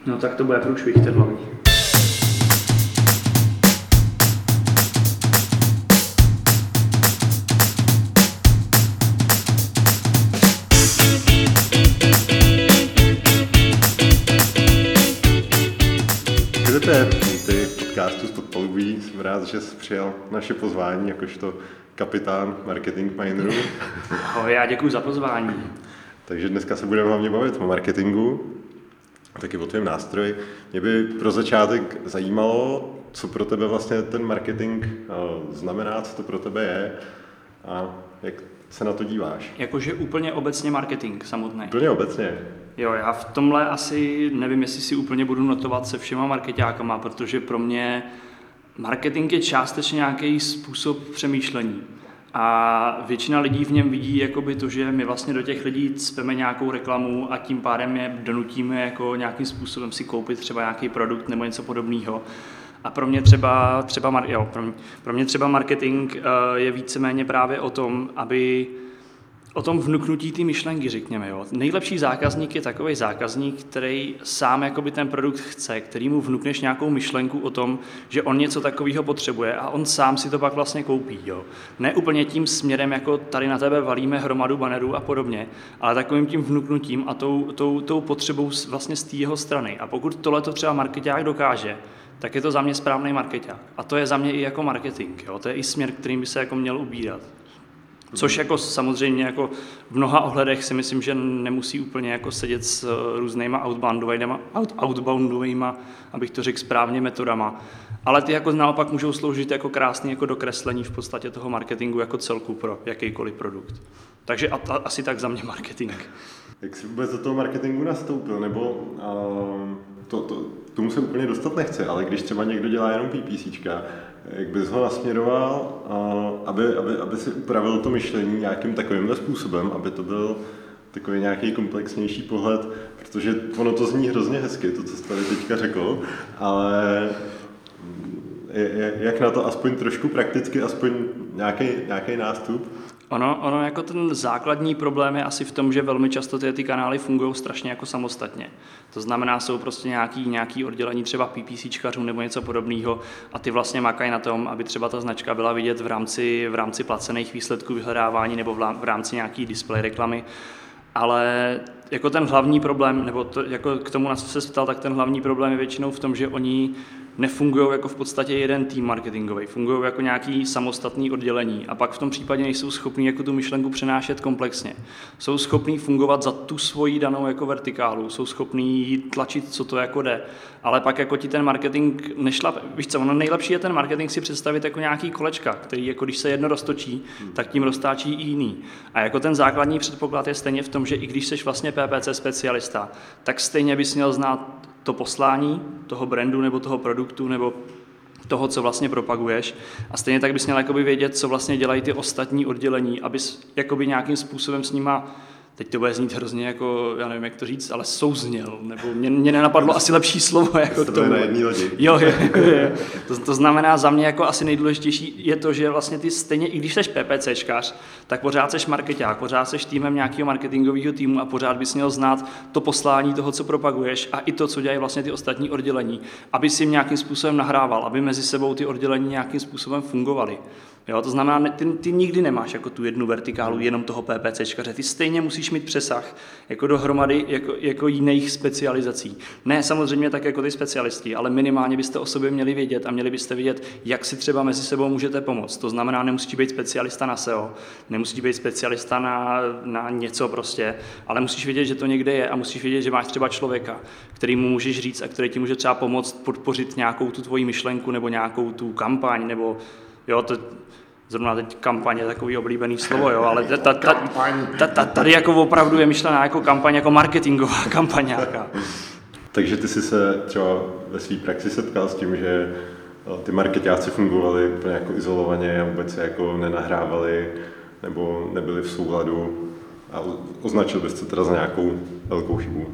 No tak to bude průšvih ten hlavní. Ty podcastu z Podpalubí, jsem rád, že jsi přijal naše pozvání jakožto kapitán marketing minerů. Ahoj, já děkuji za pozvání. Takže dneska se budeme hlavně bavit o marketingu, taky o tvém nástroji. Mě by pro začátek zajímalo, co pro tebe vlastně ten marketing znamená, co to pro tebe je a jak se na to díváš. Jakože úplně obecně marketing samotný. Úplně obecně. Jo, já v tomhle asi nevím, jestli si úplně budu notovat se všema marketákama, protože pro mě marketing je částečně nějaký způsob přemýšlení. A většina lidí v něm vidí jakoby to, že my vlastně do těch lidí cpeme nějakou reklamu a tím pádem je donutíme jako nějakým způsobem si koupit třeba nějaký produkt nebo něco podobného. A pro mě třeba marketing je víceméně právě o tom, o tom vnuknutí té myšlenky, řekněme. Jo. Nejlepší zákazník je takový zákazník, který sám jakoby ten produkt chce, který mu vnukneš nějakou myšlenku o tom, že on něco takového potřebuje a on sám si to pak vlastně koupí. Jo. Ne úplně tím směrem, jako tady na tebe valíme hromadu banerů a podobně, ale takovým tím vnuknutím a tou potřebou vlastně z té jeho strany. A pokud tohleto třeba marketák dokáže, tak je to za mě správný marketák. A to je za mě i jako marketing. Jo. To je i směr, kterým by se jako měl ubírat. Což jako samozřejmě jako v mnoha ohledech si myslím, že nemusí úplně jako sedět s různýma outboundovýma, abych to řekl správně, metodama. Ale ty jako naopak můžou sloužit jako krásný jako dokreslení v podstatě toho marketingu jako celku pro jakýkoliv produkt. Takže asi tak za mě marketing. Jak jsi vůbec do toho marketingu nastoupil? Nebo tomu se úplně dostat nechce, ale když třeba někdo dělá jenom PPCčka, jak bys ho nasměroval, aby si upravil to myšlení nějakým takovýmhle způsobem, aby to byl takový nějaký komplexnější pohled, protože ono to zní hrozně hezky, to, co jsi tady teďka řekl, ale jak na to aspoň trošku prakticky, aspoň nějaký nástup? Ono jako ten základní problém je asi v tom, že velmi často ty kanály fungují strašně jako samostatně. To znamená, jsou prostě nějaký oddělení třeba PPCčkařů nebo něco podobného a ty vlastně makají na tom, aby třeba ta značka byla vidět v rámci placených výsledků vyhledávání nebo v rámci nějaký display reklamy. Ale jako ten hlavní problém, nebo to, jako k tomu, na co se ptal, tak ten hlavní problém je většinou v tom, že oni nefungují jako v podstatě jeden tým marketingový, fungují jako nějaký samostatný oddělení a pak v tom případě nejsou schopní jako tu myšlenku přenášet komplexně. Jsou schopní fungovat za tu svoji danou jako vertikálu, jsou schopní tlačit, co to jako jde, ale pak jako ti ten marketing nešlape. Víš co, ono nejlepší je ten marketing si představit jako nějaký kolečka, který jako když se jedno roztočí, tak tím roztáčí i jiný. A jako ten základní předpoklad je stejně v tom, že i když jsi vlastně PPC specialista, tak stejně bys měl znát to poslání toho brandu nebo toho produktu nebo toho, co vlastně propaguješ. A stejně tak bys měl jakoby vědět, co vlastně dělají ty ostatní oddělení, abys jakoby nějakým způsobem s nima, teď to bude znít hrozně jako, já nevím, jak to říct, ale souzněl, nebo mě nenapadlo asi lepší slovo jako to. Na jedné lodi. Jo. To znamená za mě jako asi nejdůležitější je to, že vlastně ty stejně, i když jsi PPCčkař, tak pořád seš marketák, pořád seš týmem nějakého marketingového týmu a pořád bys měl znát to poslání toho, co propaguješ a i to, co dělají vlastně ty ostatní oddělení, aby si jim nějakým způsobem nahrával, aby mezi sebou ty oddělení nějakým způsobem fungovaly. Jo, to znamená, ty nikdy nemáš jako tu jednu vertikálu jenom toho PPCčkaře, ty stejně musíš mít přesah jako dohromady jako jiných specializací. Ne samozřejmě tak jako ty specialisti, ale minimálně byste o sobě měli vědět a měli byste vědět, jak si třeba mezi sebou můžete pomoct. To znamená, nemusíš být specialista na SEO, nemusíš být specialista na něco prostě, ale musíš vědět, že to někde je a musíš vědět, že máš třeba člověka, který mu můžeš říct a který ti může třeba pomoct podpořit nějakou tu tvoji myšlenku nebo nějakou tu kampaň nebo jo, zrovna teď kampaň je takový oblíbený slovo, jo, ale tady jako opravdu je myšlená jako kampaň, jako marketingová kampaň nějaká. Takže ty jsi se třeba ve své praxi setkal s tím, že ty marketáci fungovali úplně jako izolovaně a vůbec se jako nenahrávali nebo nebyli v souladu a označil bys to teda za nějakou velkou chybu?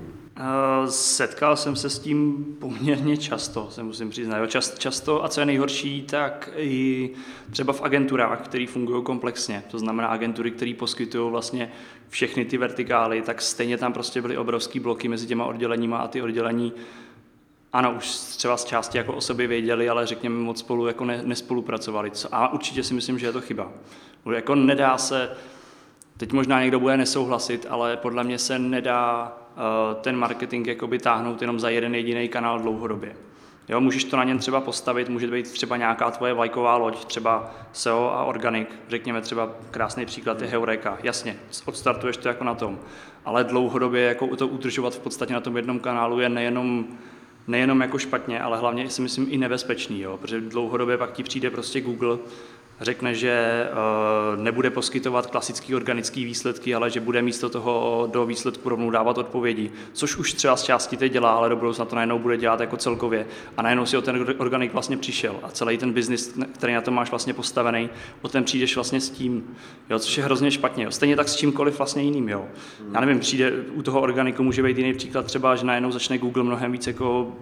Setkal jsem se s tím poměrně často, se musím přiznat. Často a co je nejhorší, tak i třeba v agenturách, které fungují komplexně. To znamená agentury, které poskytují vlastně všechny ty vertikály, tak stejně tam prostě byly obrovský bloky mezi těma odděleníma a ty oddělení Ano, už třeba z části jako o sobě věděli, ale řekněme moc spolu jako nespolupracovali. A určitě si myslím, že je to chyba. Jako nedá se, teď možná někdo bude nesouhlasit, ale podle mě se nedá ten marketing jakoby táhnout jenom za jeden jediný kanál dlouhodobě. Jo, můžeš to na něm třeba postavit, může být třeba nějaká tvoje vlajková loď, třeba SEO a organic, řekněme třeba krásný příklad je Heureka, jasně, odstartuješ to jako na tom, ale dlouhodobě jako to udržovat v podstatě na tom jednom kanálu je nejenom jako špatně, ale hlavně si myslím i nebezpečný, jo, protože dlouhodobě pak ti přijde prostě Google, řekne, že nebude poskytovat klasický organický výsledky, ale že bude místo toho do výsledku rovnou dávat odpovědi, což už třeba z části teď dělá, ale do budoucna to najednou bude dělat jako celkově. A najednou si o ten organik vlastně přišel a celý ten biznis, který na tom máš vlastně postavený, o ten přijdeš vlastně s tím, jo, což je hrozně špatně. Jo. Stejně tak s čímkoliv vlastně jiným. Jo. Já nevím, přijde u toho organiku může být jiný příklad třeba, že najednou začne Google mnohem víc jako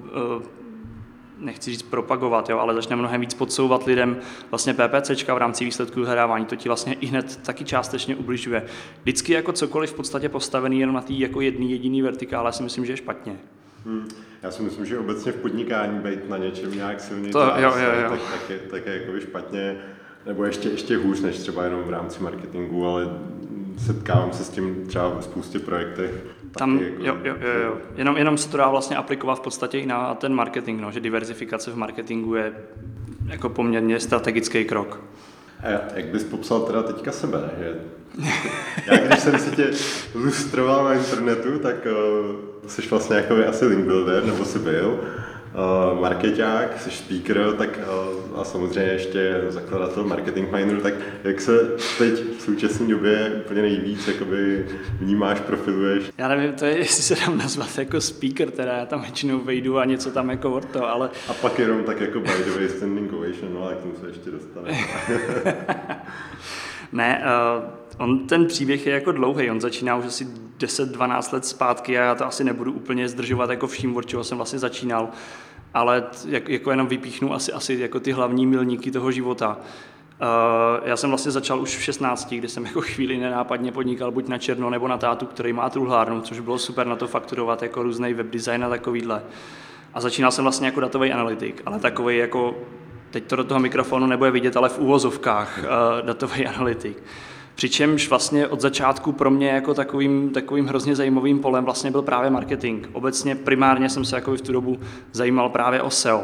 nechci říct propagovat, jo, ale začne mnohem víc podsouvat lidem vlastně PPCčka v rámci výsledků vyhledávání, to ti vlastně i hned taky částečně ubližuje. Vždycky jako cokoliv v podstatě postavený jenom na té jako jedný jediný vertikále, si myslím, že je špatně. Já si myslím, že obecně v podnikání být na něčem nějak silně tak je jako špatně, nebo ještě hůř než třeba jenom v rámci marketingu, ale setkávám se s tím třeba v spoustě projektech. Tam, jo. Jenom se to dá vlastně aplikovat v podstatě i na ten marketing, no, že diverzifikace v marketingu je jako poměrně strategický krok. A jak bys popsal teda teďka sebe? Že já když jsem si tě lustroval na internetu, tak jsi vlastně jako asi link builder, nebo jsi byl, markeťák, jsi speaker, tak a samozřejmě ještě zakladatel Marketing Mineru, tak jak se teď v současné době úplně nejvíc jakoby vnímáš, profiluješ? Já nevím, to je, jestli se dám nazvat jako speaker, teda já tam většinou vejdu a něco tam jako orto, ale... A pak jenom tak jako by the way standing ovation, no ale k tomu se ještě dostane. Ne, on ten příběh je jako dlouhý, on začíná už asi 10-12 let zpátky a já to asi nebudu úplně zdržovat jako vším, od čeho jsem vlastně začínal, ale jako jenom vypíchnu asi jako ty hlavní milníky toho života. Já jsem vlastně začal už v 16, kdy jsem jako chvíli nenápadně podnikal buď na černo nebo na tátu, který má truhlárnu, což bylo super na to fakturovat jako různý webdesign a takovýhle. A začínal jsem vlastně jako datový analytik, ale takový jako, teď to do toho mikrofonu nebude vidět, ale v úvozovkách datový analytik. Přičemž vlastně od začátku pro mě jako takovým hrozně zajímavým polem vlastně byl právě marketing. Obecně primárně jsem se jako v tu dobu zajímal právě o SEO.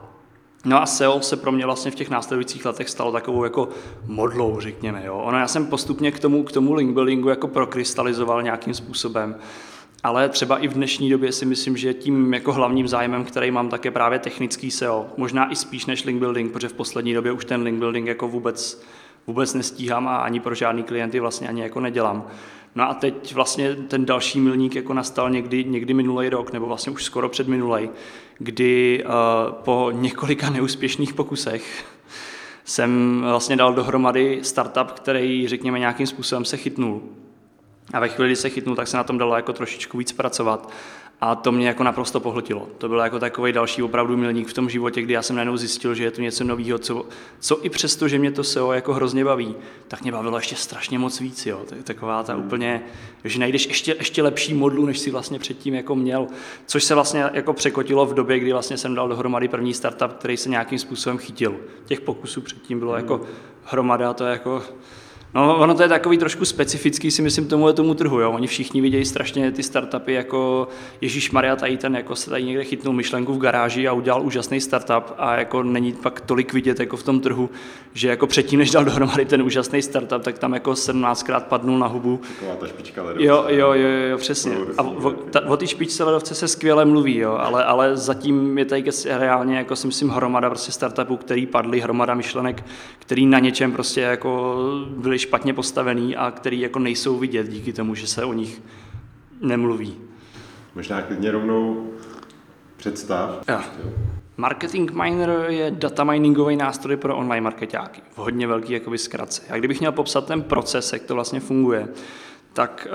No a SEO se pro mě vlastně v těch následujících letech stalo takovou jako modlou, řekněme. Jo. Ono já jsem postupně k tomu link buildingu jako prokrystalizoval nějakým způsobem. Ale třeba i v dnešní době si myslím, že tím jako hlavním zájmem, který mám, tak je právě technický SEO. Možná i spíš než link building, protože v poslední době už ten link building jako vůbec nestíhám a ani pro žádný klienty vlastně ani jako nedělám. No a teď vlastně ten další milník jako nastal někdy minulý rok, nebo vlastně už skoro předminulej, kdy po několika neúspěšných pokusech jsem vlastně dal dohromady startup, který řekněme nějakým způsobem se chytnul. A ve chvíli, kdy se chytnul, tak se na tom dalo jako trošičku víc pracovat. A to mě jako naprosto pohltilo. To byl jako takový další opravdu milník v tom životě, kdy já jsem najednou zjistil, že je to něco nového, co i přesto, že mě to SEO jako hrozně baví, tak mě bavilo ještě strašně moc víc. Jo. Taková ta úplně, že najdeš ještě lepší modlu, než si vlastně předtím jako měl, což se vlastně jako překotilo v době, kdy vlastně jsem dal dohromady první startup, který se nějakým způsobem chytil. Těch pokusů předtím bylo jako hromada, to je jako... No, ono to je takový trošku specifický, si myslím, tomu trhu, jo. Oni všichni vidějí strašně ty startupy jako Ježíšmarja, tady ten jako se tady někde chytnul myšlenku v garáži a udělal úžasný startup a jako není pak tolik vidět jako v tom trhu, že jako předtím, než dal dohromady ten úžasný startup, tak tam jako 17krát padnul na hubu. Taková ta špička ledovce. Jo, přesně. A o té špičce ledovce se skvěle mluví, jo, ale zatím je tady reálně jako si myslím hromada prostě startupů, který padly, hromada myšlenek, který na něčem prostě jako byly špatně postavený a který jako nejsou vidět díky tomu, že se o nich nemluví. Možná klidně rovnou představ. Jo. Marketing Miner je data miningový nástroj pro online marketáky. V hodně velký jakoby zkratce. A kdybych měl popsat ten proces, jak to vlastně funguje, tak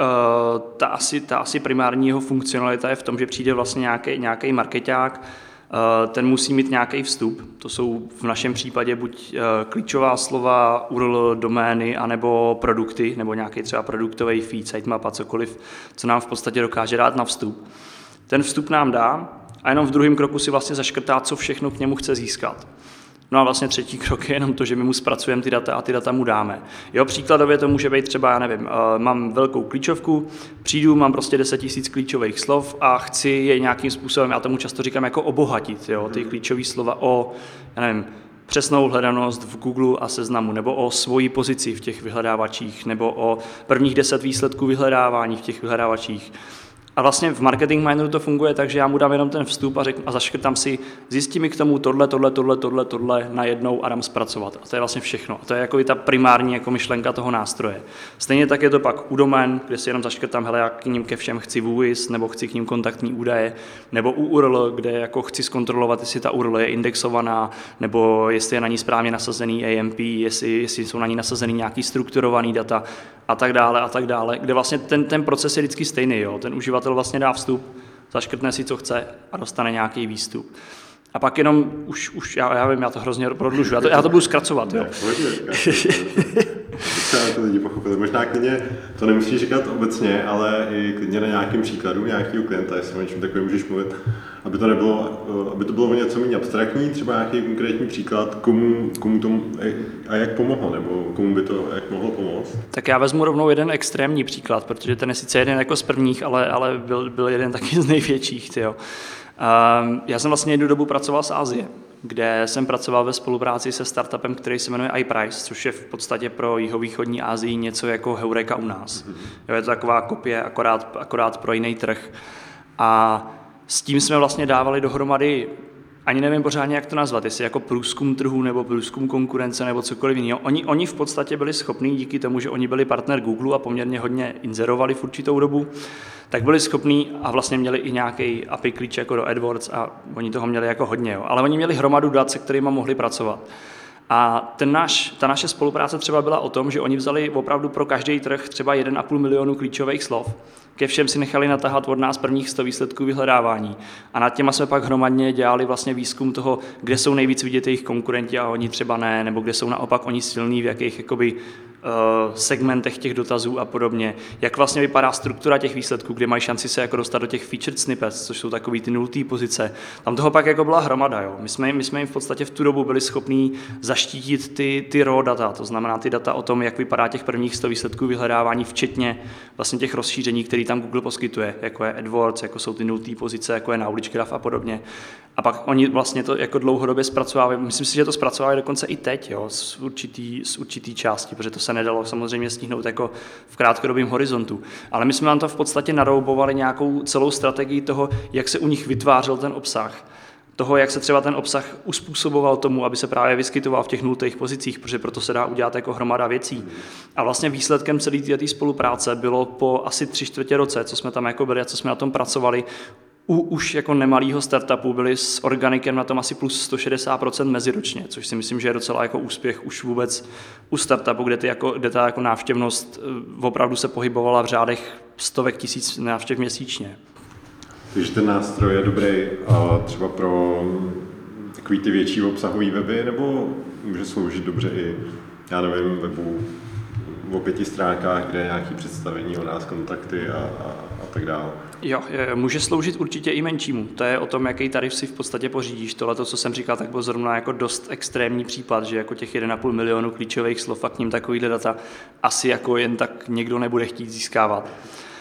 ta asi primární jeho funkcionalita je v tom, že přijde vlastně nějaký marketák, ten musí mít nějaký vstup, to jsou v našem případě buď klíčová slova, URL, domény, anebo produkty, nebo nějaký třeba produktový feed, sitemap a cokoliv, co nám v podstatě dokáže dát na vstup. Ten vstup nám dá a jenom v druhém kroku si vlastně zaškrtá, co všechno k němu chce získat. No a vlastně třetí krok je jenom to, že my mu zpracujeme ty data a ty data mu dáme. Jo, příkladově to může být třeba, já nevím, mám velkou klíčovku, přijdu, mám prostě 10 000 klíčových slov a chci je nějakým způsobem, já tomu často říkám, jako obohatit, jo, ty klíčové slova o, já nevím, přesnou hledanost v Google a Seznamu, nebo o svoji pozici v těch vyhledávačích, nebo o prvních 10 výsledků vyhledávání v těch vyhledávačích. A vlastně v Marketing Mineru to funguje tak, že já mu dám jenom ten vstup a zaškrtám si, zjistí mi k tomu tohle najednou a dám zpracovat. A to je vlastně všechno. A to je jako ta primární jako myšlenka toho nástroje. Stejně tak je to pak u domén, kde si jenom zaškrtám, hele, já k ním ke všem chci VUIS, nebo chci k ním kontaktní údaje, nebo u URL, kde jako chci zkontrolovat, jestli ta URL je indexovaná, nebo jestli je na ní správně nasazený AMP, jestli jsou na ní nasazený nějaký strukturovaný data a tak dále, kde vlastně ten proces je vždycky stejný, jo? Ten uživatel vlastně dá vstup, zaškrtne si, co chce a dostane nějaký výstup. A pak jenom, já vím, já to hrozně prodlužu, já to budu zkracovat, jo. Třeba to lidi pochopili. Možná klidně, to nemusíš říkat obecně, ale i klidně na nějakém příkladu nějakého klienta, jestli o něčem takovém můžeš mluvit, aby to bylo něco méně abstraktní, třeba nějaký konkrétní příklad, komu tomu a jak pomohlo, nebo komu by to jak mohlo pomoct. Tak já vezmu rovnou jeden extrémní příklad, protože ten je sice jeden jako z prvních, ale byl jeden taky z největších, tyjo. Já jsem vlastně jednu dobu pracoval z Asie, kde jsem pracoval ve spolupráci se startupem, který se jmenuje iPrice, což je v podstatě pro jihovýchodní Asii něco jako Heureka u nás. Je to taková kopie, akorát pro jiný trh. A s tím jsme vlastně dávali dohromady, ani nevím pořádně, jak to nazvat, jestli jako průzkum trhu nebo průzkum konkurence nebo cokoliv jiného. Oni v podstatě byli schopní, díky tomu, že oni byli partner Google a poměrně hodně inzerovali v určitou dobu, tak byli schopní a vlastně měli i nějaký API klíč jako do AdWords a oni toho měli jako hodně, jo. Ale oni měli hromadu dat, se kterými mohli pracovat. A ta naše spolupráce třeba byla o tom, že oni vzali opravdu pro každý trh třeba 1,5 milionu klíčových slov. Ke všem si nechali natáhat od nás prvních 100 výsledků vyhledávání. A nad těma jsme pak hromadně dělali vlastně výzkum toho, kde jsou nejvíc vidět jejich konkurenti a oni třeba ne, nebo kde jsou naopak oni silní, v jakých jakoby segmentech těch dotazů a podobně. Jak vlastně vypadá struktura těch výsledků, kde mají šanci se jako dostat do těch featured snippets, což jsou takový ty nultý pozice. Tam toho pak jako byla hromada. Jo. My jsme jim v podstatě v tu dobu byli schopní zaštítit ty raw data, to znamená ty data o tom, jak vypadá těch prvních 100 výsledků vyhledávání, včetně vlastně těch rozšíření, které tam Google poskytuje, jako je AdWords, jako jsou ty nultý pozice, jako je Knowledge Graph a podobně. A pak oni vlastně to jako dlouhodobě zpracovávají. Myslím si, že to zpracovávají dokonce i teď, jo, z určitý části, protože to se nedalo samozřejmě stihnout jako v krátkodobém horizontu. Ale my jsme nám to v podstatě naroubovali nějakou celou strategii toho, jak se u nich vytvářel ten obsah. Toho, jak se třeba ten obsah uspůsoboval tomu, aby se právě vyskytoval v těch nultých pozicích, protože proto se dá udělat jako hromada věcí. A vlastně výsledkem celé té spolupráce bylo po asi 3/4 roce, co jsme tam jako byli a co jsme na tom pracovali, už jako nemalýho startupu byli s organikem na tom asi plus 160% meziročně, což si myslím, že je docela jako úspěch už vůbec u startupu, kde ta jako návštěvnost opravdu se pohybovala v řádech stovek tisíc návštěv měsíčně. Takže ten nástroj je dobrý třeba pro takový ty větší obsahový weby, nebo může sloužit dobře i, já nevím, webu o 5 stránkách, kde je nějaké představení o nás, kontakty a tak dále. Jo, může sloužit určitě i menšímu. To je o tom, jaký tarif si v podstatě pořídíš. Tohle, co jsem říkal, tak byl zrovna jako dost extrémní případ, že jako těch 1,5 milionu klíčových slov a k ním takovýhle data asi jako jen tak někdo nebude chtít získávat.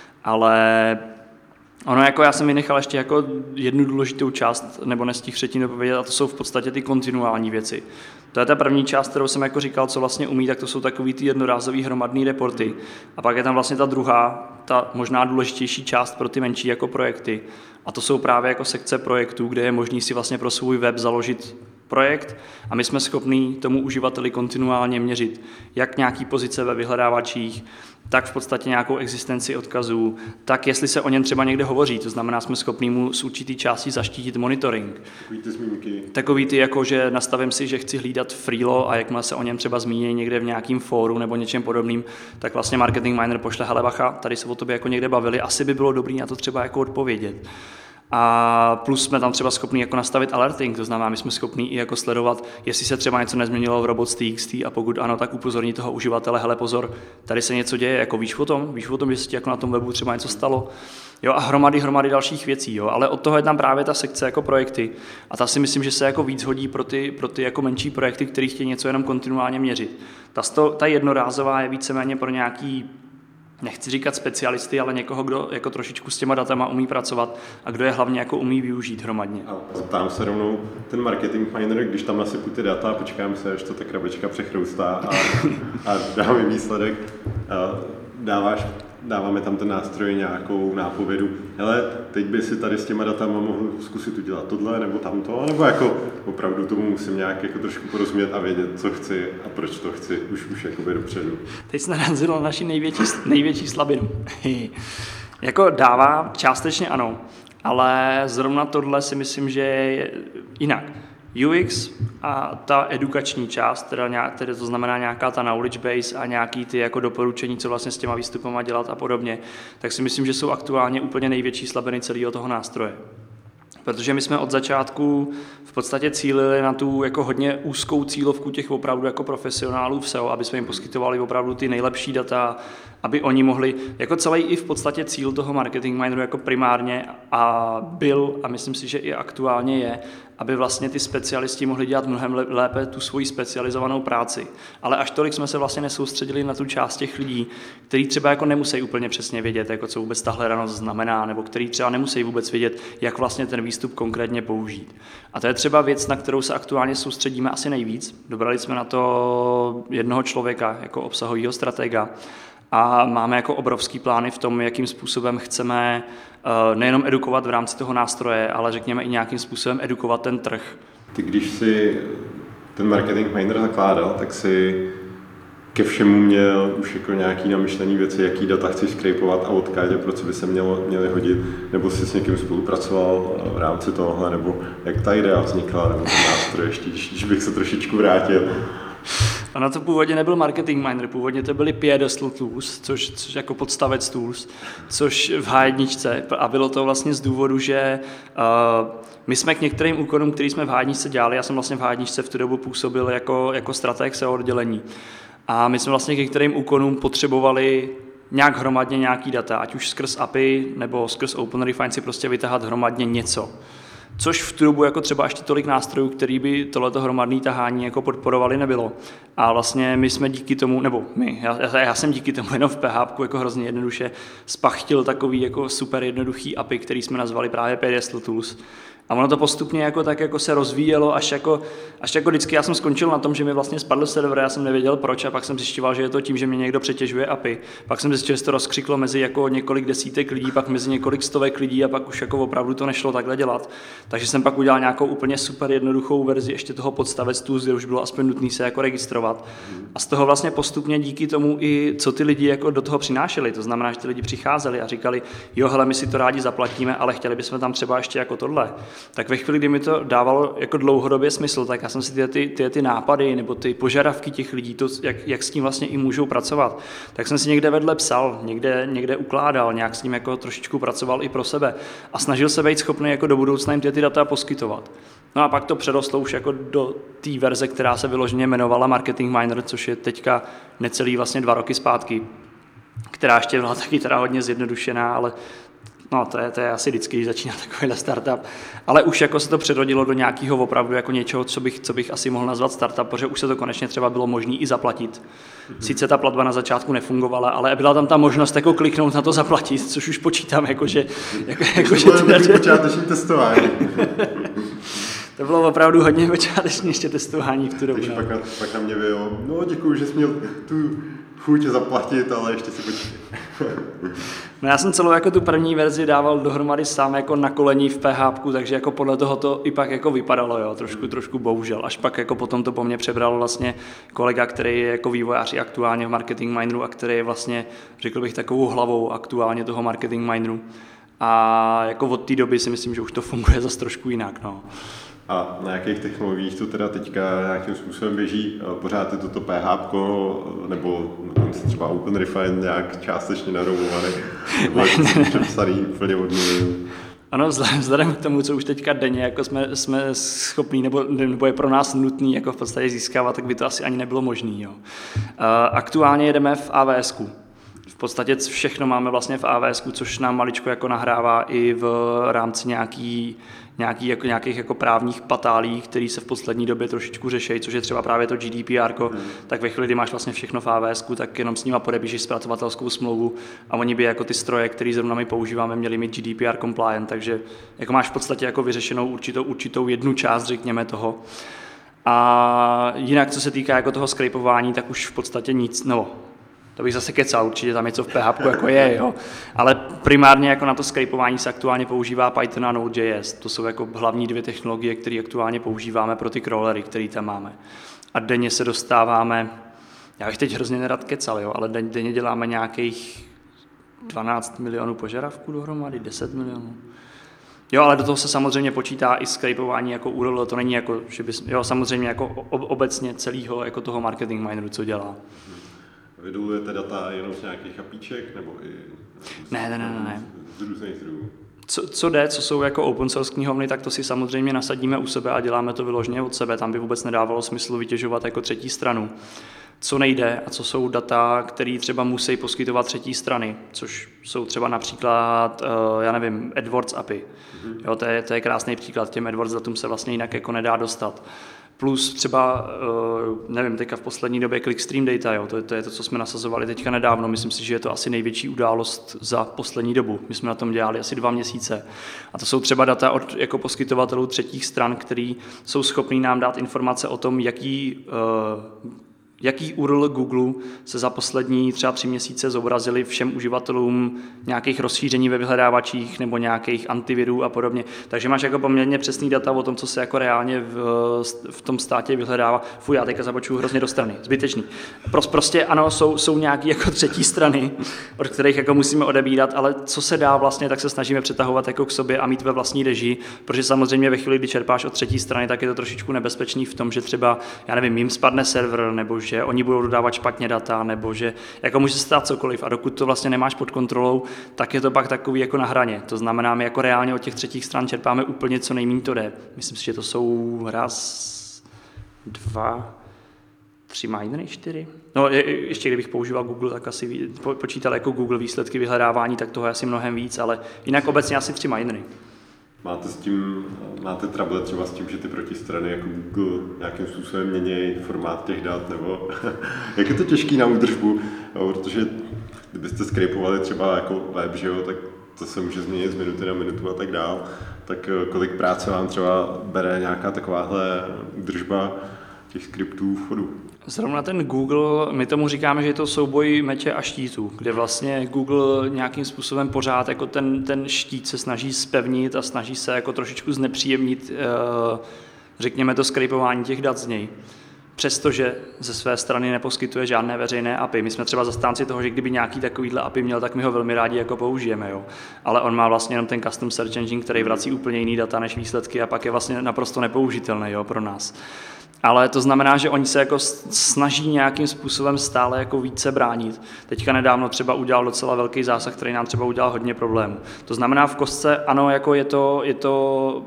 Ale ono jako já jsem vynechal ještě jako jednu důležitou část, nebo nestihl třetí dopovědět, a to jsou v podstatě ty kontinuální věci. To je ta první část, kterou jsem jako říkal, co vlastně umí, tak to jsou takový ty jednorázový hromadný reporty. A pak je tam vlastně ta druhá, ta možná důležitější část pro ty menší jako projekty. A to jsou právě jako sekce projektů, kde je možný si vlastně pro svůj web založit projekt a my jsme schopní tomu uživateli kontinuálně měřit jak nějaký pozice ve vyhledávačích, tak v podstatě nějakou existenci odkazů, tak jestli se o něm třeba někde hovoří, to znamená, jsme schopní mu z určitý části zaštítit monitoring. Takový ty zmínky. Takový ty, jako že nastavím si, že chci hlídat freelo a jakmile se o něm třeba zmíní někde v nějakém fóru nebo něčem podobným, tak vlastně Marketing Miner pošle, hele bacha, tady se o tobě jako někde bavili, asi by bylo dobrý na to třeba jako odpovědět. A plus jsme tam třeba schopní jako nastavit alerting, to znamená, my jsme schopní i jako sledovat, jestli se třeba něco nezměnilo v robots.txt a pokud ano, tak upozorní toho uživatele, hele pozor, tady se něco děje, jako víš o tom, že se ti jako na tom webu třeba něco stalo. Jo, a hromady dalších věcí, jo, ale od toho je tam právě ta sekce jako projekty a ta si myslím, že se jako víc hodí pro ty jako menší projekty, který chtějí něco jenom kontinuálně měřit. Ta jednorázová je víceméně pro nějaký, nechci říkat specialisty, ale někoho, kdo jako trošičku s těma datama umí pracovat a kdo je hlavně jako umí využít hromadně. A zeptám se rovnou, ten marketing miner, když tam nasypu ty data, počkám se, až to ta krabička přechroustá a dá mi výsledek, dáváme tam ten nástroj nějakou nápovědu. Hele, teď by si tady s těma datama mohl zkusit udělat tohle nebo tamto, nebo jako opravdu tomu musím nějak jako trošku porozumět a vědět, co chci a proč to chci už jakoby dopředu. Teď jsi narazil na naši největší slabinu. Jako dává, částečně ano, ale zrovna tohle si myslím, že je jinak. UX a ta edukační část, teda to znamená nějaká ta knowledge base a nějaký ty jako doporučení, co vlastně s těma výstupama dělat a podobně, tak si myslím, že jsou aktuálně úplně největší slabiny celého toho nástroje. Protože my jsme od začátku v podstatě cílili na tu jako hodně úzkou cílovku těch opravdu jako profesionálů v SEO, aby jsme jim poskytovali opravdu ty nejlepší data, aby oni mohli, jako celý i v podstatě cíl toho marketing mineru jako primárně a byl, a myslím si, že i aktuálně je, aby vlastně ty specialisti mohli dělat mnohem lépe tu svoji specializovanou práci. Ale až tolik jsme se vlastně nesoustředili na tu část těch lidí, kteří třeba jako nemusí úplně přesně vědět, jako co vůbec ta hledanost znamená, nebo kteří třeba nemusí vůbec vědět, jak vlastně ten výstup konkrétně použít. A to je třeba věc, na kterou se aktuálně soustředíme asi nejvíc. Dobrali jsme na to jednoho člověka jako obsahového stratega a máme jako obrovský plány v tom, jakým způsobem chceme nejenom edukovat v rámci toho nástroje, ale řekněme i nějakým způsobem edukovat ten trh. Ty, když si ten marketing miner zakládal, tak si ke všemu měl už jako nějaký namyšlený věci, jaký data chceš scrapeovat a odkud a pro co by se měly hodit, nebo jsi s někým spolupracoval v rámci tohohle, nebo jak ta idea vznikla, nebo ten nástroj, ještě když bych se trošičku vrátil. Ono to původně nebyl marketing miner, původně to byly pedestal tools, což jako podstavec tools, což v H1 a bylo to vlastně z důvodu, že my jsme k některým úkonům, který jsme v H1 dělali, já jsem vlastně v H1 v tu dobu působil jako strateg SEO oddělení a my jsme vlastně k některým úkonům potřebovali nějak hromadně nějaký data, ať už skrz API nebo skrz OpenRefine si prostě vytahat hromadně něco. Což v tu dobu jako třeba ještě tolik nástrojů, který by tohleto hromadné tahání jako podporovali, nebylo. A vlastně my jsme díky tomu, nebo já jsem díky tomu jenom v PHP jako hrozně jednoduše spachtil takový jako super jednoduchý API, který jsme nazvali právě pedestal tools. A ono to postupně jako tak jako se rozvíjelo, až jako vždycky já jsem skončil na tom, že mi vlastně spadl server, já jsem nevěděl proč a pak jsem zjišťoval, že je to tím, že mě někdo přetěžuje API. Pak jsem zjistil, že se to rozkřiklo mezi jako několik desítek lidí, pak mezi několik stovek lidí a pak už jako opravdu to nešlo takhle dělat. Takže jsem pak udělal nějakou úplně super jednoduchou verzi ještě toho podstavec tools, kde už bylo aspoň nutné se jako registrovat. A z toho vlastně postupně díky tomu i co ty lidi jako do toho přinášeli. To znamená, že ty lidi přicházeli a říkali, jo, hele, my si to rádi zaplatíme, ale chtěli bychom tam třeba ještě jako tohle. Tak ve chvíli, kdy mi to dávalo jako dlouhodobě smysl, tak já jsem si ty nápady nebo ty požadavky těch lidí, to, jak s tím vlastně i můžou pracovat, tak jsem si někde vedle psal, někde ukládal, nějak s ním jako trošičku pracoval i pro sebe a snažil se být schopný jako do budoucna jim ty data poskytovat. No a pak to přerostlo už jako do té verze, která se vyloženě jmenovala Marketing Miner, což je teďka necelý vlastně 2 roky zpátky, která ještě byla taky teda hodně zjednodušená, ale no, to je asi vždycky, když začíná takovýhle startup. Ale už jako se to přerodilo do nějakého opravdu jako něčeho, co bych asi mohl nazvat startup, protože už se to konečně třeba bylo možné i zaplatit. Sice ta platba na začátku nefungovala, ale byla tam ta možnost jako kliknout na to zaplatit, což už počítám, jakože počáteční testování. To bylo opravdu hodně počáteční ještě testování v tu dobu. Takže pak na mě bylo, no děkuju, že jsi měl tu chuť zaplatit, ale ještě si počkej. No já jsem celou jako tu první verzi dával dohromady sám jako na kolení v PHP, takže jako podle toho to i pak jako vypadalo, jo, trošku bohužel. Až pak jako potom to po mně přebral vlastně kolega, který je jako vývojář i aktuálně v Marketing Mineru a který je vlastně, řekl bych, takovou hlavou aktuálně toho Marketing Mineru. A jako od té doby si myslím, že už to funguje zase trošku jinak, no. A na jakých technologiích to teda teďka nějakým způsobem běží? Pořád je to PHP, nebo třeba OpenRefine nějak částečně narovovaný, přepsaný úplně od nuly? Ano, vzhledem k tomu, co už teďka denně jako jsme schopní, nebo je pro nás nutný jako v podstatě získávat, tak by to asi ani nebylo možné. Aktuálně jedeme v AWSku. podstatě všechno máme vlastně v AWS, což nám maličko jako nahrává i v rámci nějakých jako právních patálí, které se v poslední době trošičku řeší, což je třeba právě to GDPR, tak ve chvíli, kdy máš vlastně všechno v AWS, tak jenom s nima podepíšeš zpracovatelskou smlouvu a oni by jako ty stroje, které zrovna my používáme, měli mít GDPR compliant, takže jako máš v podstatě jako vyřešenou určitou jednu část, řekněme, toho. A jinak, co se týká jako toho scrapování, tak už v podstatě nic, no, to bych zase kecal, určitě tam něco v PHP jako je, jo. Ale primárně jako na to scrapování se aktuálně používá Python a Node.js. To jsou jako hlavní dvě technologie, které aktuálně používáme pro ty crawlery, které tam máme. A denně se dostáváme, já bych teď hrozně nerad kecal, jo, ale denně děláme nějakých 12 milionů požadavků dohromady, 10 milionů. Jo, ale do toho se samozřejmě počítá i scrapování jako URL, to není jako, že bys, jo, samozřejmě jako obecně celého jako toho marketing mineru, co dělá. Vydolujete data jenom z nějakých apíček, nebo i Ne. z různých zdrojů? Co jsou jako open source knihovny, tak to si samozřejmě nasadíme u sebe a děláme to vyloženě od sebe, tam by vůbec nedávalo smysl vytěžovat jako třetí stranu. Co nejde a co jsou data, které třeba musí poskytovat třetí strany, což jsou třeba například, já nevím, AdWords API. Jo, to je krásný příklad, těm AdWords datům se vlastně jinak jako nedá dostat. Plus třeba, nevím, teďka v poslední době Clickstream Data, jo, to je to, co jsme nasazovali teďka nedávno. Myslím si, že je to asi největší událost za poslední dobu. My jsme na tom dělali asi 2 měsíce. A to jsou třeba data od jako poskytovatelů třetích stran, který jsou schopní nám dát informace o tom, jaký URL Google se za poslední třeba 3 měsíce zobrazili všem uživatelům nějakých rozšíření ve vyhledávačích nebo nějakých antivirů a podobně. Takže máš jako poměrně přesný data o tom, co se jako reálně v tom státě vyhledává. Fuj, já teďka zabočuju hrozně do strany, zbytečný. Prostě ano, jsou nějaké jako třetí strany, od kterých jako musíme odebírat, ale co se dá vlastně, tak se snažíme přetahovat jako k sobě a mít ve vlastní režii, protože samozřejmě ve chvíli, kdy čerpáš od třetí strany, tak je to trošičku nebezpečný v tom, že třeba, já nevím, jim spadne server, nebo že oni budou dodávat špatně data, nebo že jako může se stát cokoliv a dokud to vlastně nemáš pod kontrolou, tak je to pak takový jako na hraně. To znamená, my jako reálně od těch třetích stran čerpáme úplně co nejméně to jde. Myslím si, že to jsou 1, 2, 3 minery, 4. No ještě kdybych používal Google, tak asi počítal jako Google výsledky vyhledávání, tak toho je asi mnohem víc, ale jinak obecně asi 3 minery. Máte trouble třeba s tím, že ty protistrany jako Google nějakým způsobem mění formát těch dat, nebo jak je to těžký na údržbu, protože kdybyste scrapovali třeba jako web, že jo, tak to se může změnit z minuty na minutu a tak dál, tak kolik práce vám třeba bere nějaká takováhle údržba těch skriptů v chodu? Zrovna ten Google, my tomu říkáme, že je to souboj meče a štítů, kde vlastně Google nějakým způsobem pořád jako ten štít se snaží zpevnit a snaží se jako trošičku znepříjemnit, řekněme to, scrapování těch dat z něj. Přestože ze své strany neposkytuje žádné veřejné API. My jsme třeba zastánci toho, že kdyby nějaký takovýhle API měl, tak my ho velmi rádi jako použijeme. Jo. Ale on má vlastně jenom ten custom search engine, který vrací úplně jiný data než výsledky a pak je vlastně naprosto nepoužitelný, jo, pro nás. Ale to znamená, že oni se jako snaží nějakým způsobem stále jako více bránit. Teďka nedávno třeba udělal docela velký zásah, který nám třeba udělal hodně problémů. To znamená v kostce, ano, jako je to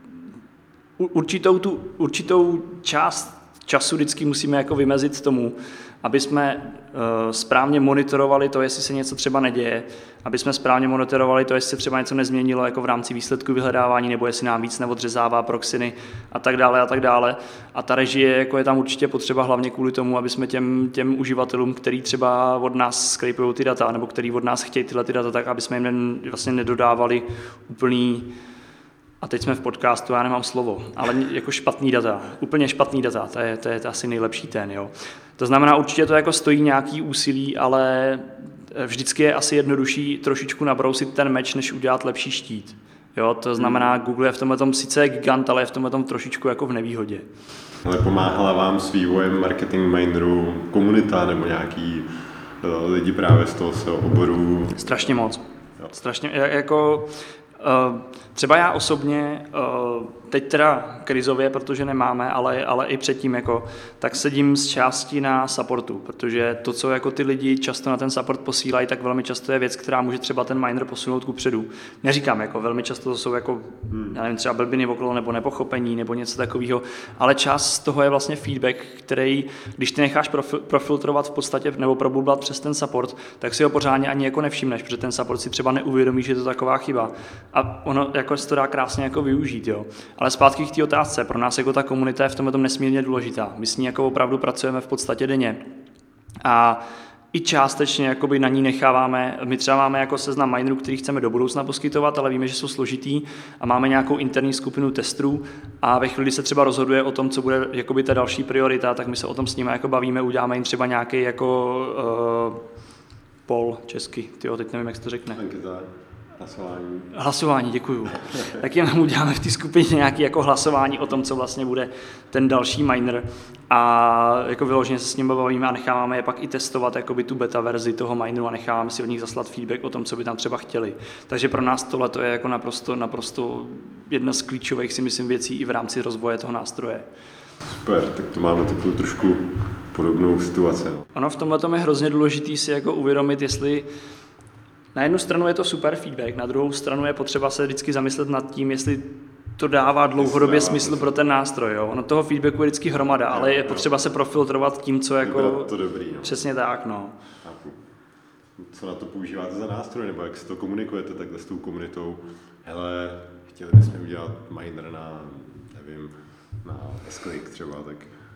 určitou část času vždycky musíme jako vymezit tomu, aby jsme správně monitorovali to, jestli se něco třeba neděje, aby jsme správně monitorovali to, jestli se třeba něco nezměnilo jako v rámci výsledku vyhledávání, nebo jestli nám víc neodřezává proxiny a tak dále a tak dále. A ta režie jako je tam určitě potřeba hlavně kvůli tomu, aby jsme těm uživatelům, který třeba od nás scrapují ty data, nebo který od nás chtějí tyhle ty data, tak aby jsme jim vlastně nedodávali úplný. A teď jsme v podcastu, já nemám slovo, ale jako špatný data, úplně špatný data, to je asi nejlepší ten, jo. To znamená, určitě to jako stojí nějaký úsilí, ale vždycky je asi jednodušší trošičku nabrousit ten meč, než udělat lepší štít. Jo, to znamená, Google je v tomhle sice je gigant, ale je v tomhle trošičku jako v nevýhodě. Ale pomáhala vám s vývojem marketing mineru komunita nebo nějaký lidi právě z toho oboru? Strašně moc. Jo. Strašně, jako třeba já osobně teď teda krizově, protože nemáme, ale i předtím, jako, tak sedím z části na supportu, protože to, co jako ty lidi často na ten support posílají, tak velmi často je věc, která může třeba ten miner posunout kupředu. Neříkám, jako velmi často to jsou jako, já nevím, třeba blbiny okolo nebo nepochopení nebo něco takového, ale část z toho je vlastně feedback, který, když ty necháš profiltrovat v podstatě nebo probublat přes ten support, tak si ho pořádně ani jako nevšimneš, protože ten support si třeba neuvědomí, že je to taková chyba. A ono jako se to dá krásně jako využít, jo. Ale zpátky k té otázce, pro nás jako ta komunita je v tomhle nesmírně důležitá. My s ní jako opravdu pracujeme v podstatě denně. A i částečně jakoby na ní necháváme, my třeba máme jako seznam minerů, který chceme do budoucna poskytovat, ale víme, že jsou složitý a máme nějakou interní skupinu testrů a ve chvíli, kdy se třeba rozhoduje o tom, co bude jakoby ta další priorita, tak my se o tom s nimi jako bavíme, uděláme jim třeba nějaký jako poll česky, teď nevím, jak se to řekne. Hlasování, děkuju. Tak jen uděláme v té skupině nějaké jako hlasování o tom, co vlastně bude ten další miner a jako vyloženě se s ním bavíme a necháváme je pak i testovat jakoby tu beta verzi toho mineru a necháváme si od nich zaslat feedback o tom, co by tam třeba chtěli. Takže pro nás tohle je jako naprosto jedna z klíčových, si myslím, věcí i v rámci rozvoje toho nástroje. Super, tak to máme takovou trošku podobnou situaci. Ono v tomhle je hrozně důležité si jako uvědomit, jestli na jednu stranu je to super feedback, na druhou stranu je potřeba se vždycky zamyslet nad tím, jestli to dává dlouhodobě smysl pro ten nástroj. Jo? Ono toho feedbacku je vždycky hromada, ale je potřeba se profiltrovat tím, co jako... To dobrý, no. Přesně tak, no. Co na to používáte za nástroj, nebo jak si to komunikujete takhle s tou komunitou? Hele, chtěli bychom udělat miner na, nevím, na S-Click třeba, tak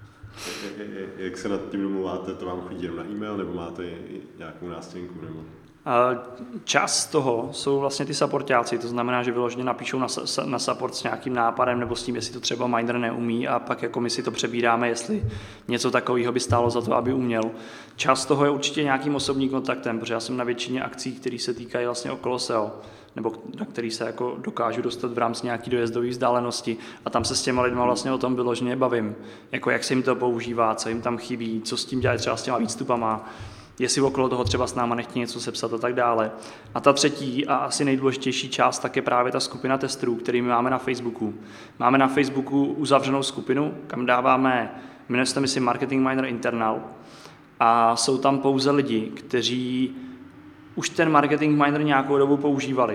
jak se nad tím domluváte, to vám chodí jenom na e-mail, nebo máte nějakou nástěnku, nebo... Část z toho jsou vlastně ty supportáci, to znamená, že vyloženě napíšou na support s nějakým nápadem nebo s tím, jestli to třeba miner neumí a pak jako my si to přebíráme, jestli něco takového by stálo za to, aby uměl. Část z toho je určitě nějakým osobním kontaktem, protože já jsem na většině akcí, které se týkají vlastně okolo SEO, nebo na který se jako dokážu dostat v rámci nějaký dojezdové vzdálenosti a tam se s těma lidma vlastně o tom vyloženě bavím, jako jak se jim to používá, co jim tam chybí, co s tím dělají třeba s těma výstupama, jestli okolo toho třeba s náma nechtějí něco sepsat a tak dále. A ta třetí a asi nejdůležitější část tak je právě ta skupina testrů, který my máme na Facebooku. Máme na Facebooku uzavřenou skupinu, kam dáváme, jmenuje se to myslím Marketing Miner Internal a jsou tam pouze lidi, kteří už ten Marketing Miner nějakou dobu používali.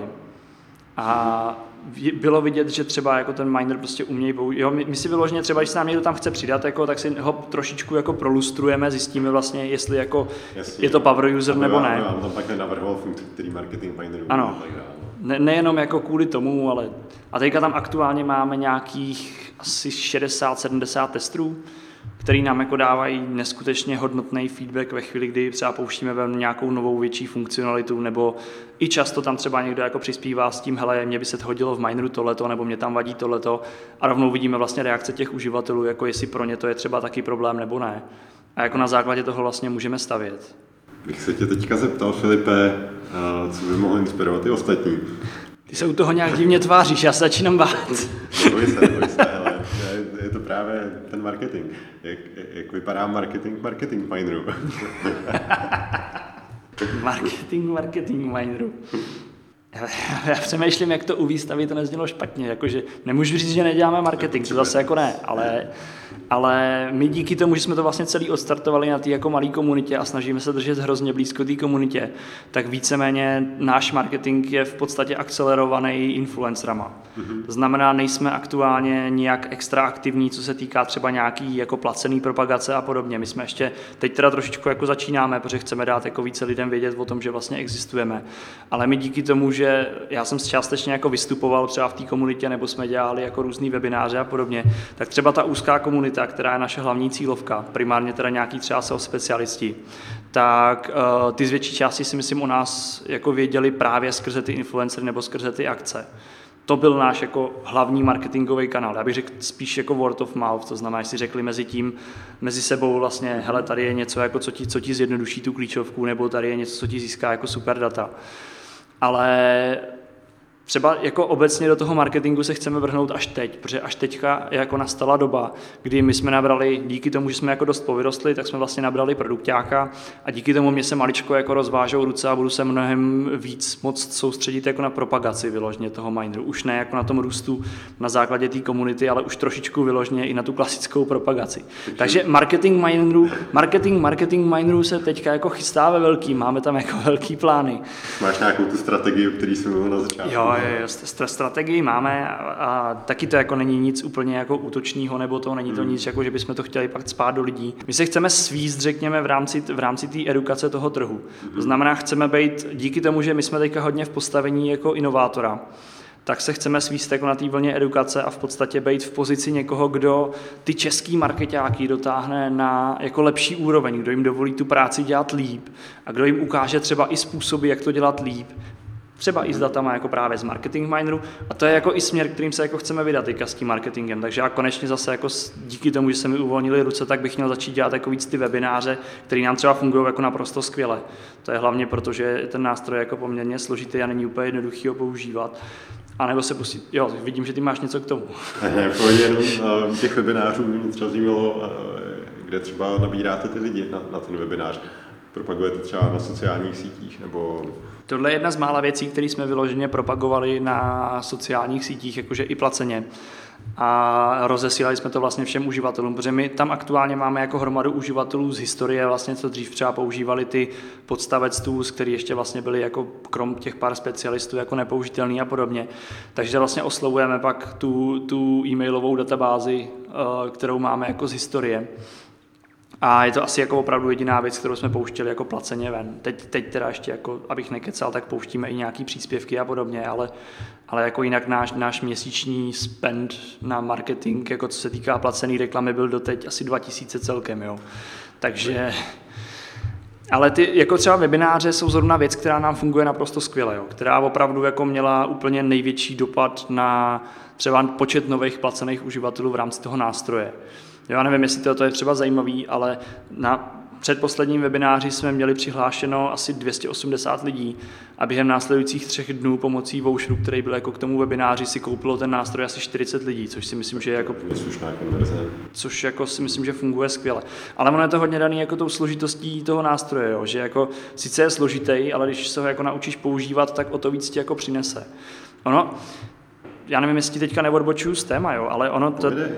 A bylo vidět, že třeba jako ten miner prostě umějí používat. My si vyloženě třeba, když se nám někdo tam chce přidat, jako, tak si ho trošičku jako prolustrujeme, zjistíme vlastně, jestli jako je to power user nebo ne. Vám tam pak nenavrhoval funkci, který Marketing Miner umí. Ano, nejenom jako kvůli tomu, ale a teďka tam aktuálně máme nějakých asi 60-70 testrů, který nám jako dávají neskutečně hodnotný feedback ve chvíli, kdy třeba pouštíme nějakou novou větší funkcionalitu, nebo i často tam třeba někdo jako přispívá s tím, hele, mně by se hodilo v mineru tohleto, nebo mě tam vadí tohleto a rovnou vidíme vlastně reakce těch uživatelů, jako jestli pro ně to je třeba taky problém nebo ne. A jako na základě toho vlastně můžeme stavět. Bych se tě teďka zeptal, Filipe, co by mohlo inspirovat i ostatní. Ty se u toho nějak divně tváříš, já se začínám bát. Boj se, hele, je to právě ten marketing. Jak vypadá marketing mineru? Marketing mineru. Já přemýšlím, jak to uvíct, aby to neznělo špatně. Jakože nemůžu říct, že neděláme marketing, to zase jako ne, ale my díky tomu, že jsme to vlastně celý odstartovali na té jako malé komunitě a snažíme se držet hrozně blízko té komunitě, tak víceméně náš marketing je v podstatě akcelerovaný influencerama. To znamená, nejsme aktuálně nijak extra aktivní, co se týká třeba nějaký jako placený propagace a podobně. My jsme ještě teď teda trošičku jako začínáme, protože chceme dát jako více lidem vědět o tom, že vlastně existujeme. Ale my díky tomu, že já jsem částečně jako vystupoval třeba v té komunitě, nebo jsme dělali jako různý webináře a podobně, tak třeba ta úzká komunita, která je naše hlavní cílovka, primárně teda nějaký třeba SEO specialisti, tak ty z větší části si myslím o nás jako věděli právě skrze ty influencery nebo skrze ty akce. To byl náš jako hlavní marketingový kanál. Já bych řekl spíš jako word of mouth, to znamená, že si řekli mezi sebou vlastně, hele, tady je něco, jako co ti zjednoduší tu klíčovku, nebo tady je něco, co ti získá jako super data. Ale třeba jako obecně do toho marketingu se chceme vrhnout až teď, protože až teďka jako nastala doba, kdy my jsme nabrali, díky tomu, že jsme jako dost povyrostli, tak jsme vlastně nabrali produkťáka a díky tomu mě se maličko jako rozvážou ruce a budu se mnohem víc moc soustředit jako na propagaci vyložně toho Mineru. Už ne jako na tom růstu na základě té komunity, ale už trošičku vyložně i na tu klasickou propagaci. Takže marketing Mineru se teďka jako chystá ve velkým, máme tam jako velký plány. Máš nějakou tu strategii, o který jsme mluvili na začátku? Jo, strategii máme a taky to jako není nic úplně jako útočného, nebo to není to nic, jako že bychom to chtěli pak spát do lidí. My se chceme svízt, řekněme, v rámci té edukace toho trhu. To znamená, chceme být, díky tomu, že my jsme teďka hodně v postavení jako inovátora, tak se chceme svíst jako na té vlně edukace a v podstatě být v pozici někoho, kdo ty český markeťáky dotáhne na jako lepší úroveň, kdo jim dovolí tu práci dělat líp a kdo jim ukáže třeba i způsoby, jak to dělat líp, třeba i s datama jako právě z Marketing Mineru a to je jako i směr, kterým se jako chceme vydat teďka s tím marketingem, takže já konečně zase jako díky tomu, že se mi uvolnily ruce, tak bych měl začít dělat jako víc ty webináře, které nám třeba fungují jako naprosto skvěle. To je hlavně proto, že ten nástroj je jako poměrně složitý a není úplně jednoduchý ho používat. A nebo se pustit. Jo, vidím, že ty máš něco k tomu. Ne, jenom těch webinářů mě třeba zajímalo, kde třeba nabíráte ty lidi na ten webinář. Propagujete třeba na sociálních sítích nebo... Tohle je jedna z mála věcí, které jsme vyloženě propagovali na sociálních sítích, jakože i placeně. A rozesílali jsme to vlastně všem uživatelům, protože my tam aktuálně máme jako hromadu uživatelů z historie, vlastně co dřív třeba používali ty podstavec tools, který ještě vlastně byly jako krom těch pár specialistů jako nepoužitelný a podobně. Takže vlastně oslovujeme pak tu e-mailovou databázi, kterou máme jako z historie. A je to asi jako opravdu jediná věc, kterou jsme pouštěli jako placeně ven. Teď teda ještě, jako, abych nekecal, tak pouštíme i nějaký příspěvky a podobně, ale jako jinak náš měsíční spend na marketing, jako co se týká placený reklamy, byl doteď asi 2000 celkem, jo. Takže... Ale ty jako třeba webináře jsou zrovna věc, která nám funguje naprosto skvěle, jo, která opravdu jako měla úplně největší dopad na třeba počet nových placených uživatelů v rámci toho nástroje. Já nevím, jestli to je třeba zajímavý, ale na předposledním webináři jsme měli přihlášeno asi 280 lidí a během následujících 3 dnů pomocí voucheru, který byl jako k tomu webináři, si koupilo ten nástroj asi 40 lidí, což si myslím, že je jako což jako si myslím, že funguje skvěle. Ale ono je to hodně daný jako tou složitostí toho nástroje, jo, že jako sice je složitý, ale když se ho jako naučíš používat, tak o to víc ti jako přinese. Ono, já nevím, jestli teďka neodbočuju z téma, jo, ale ono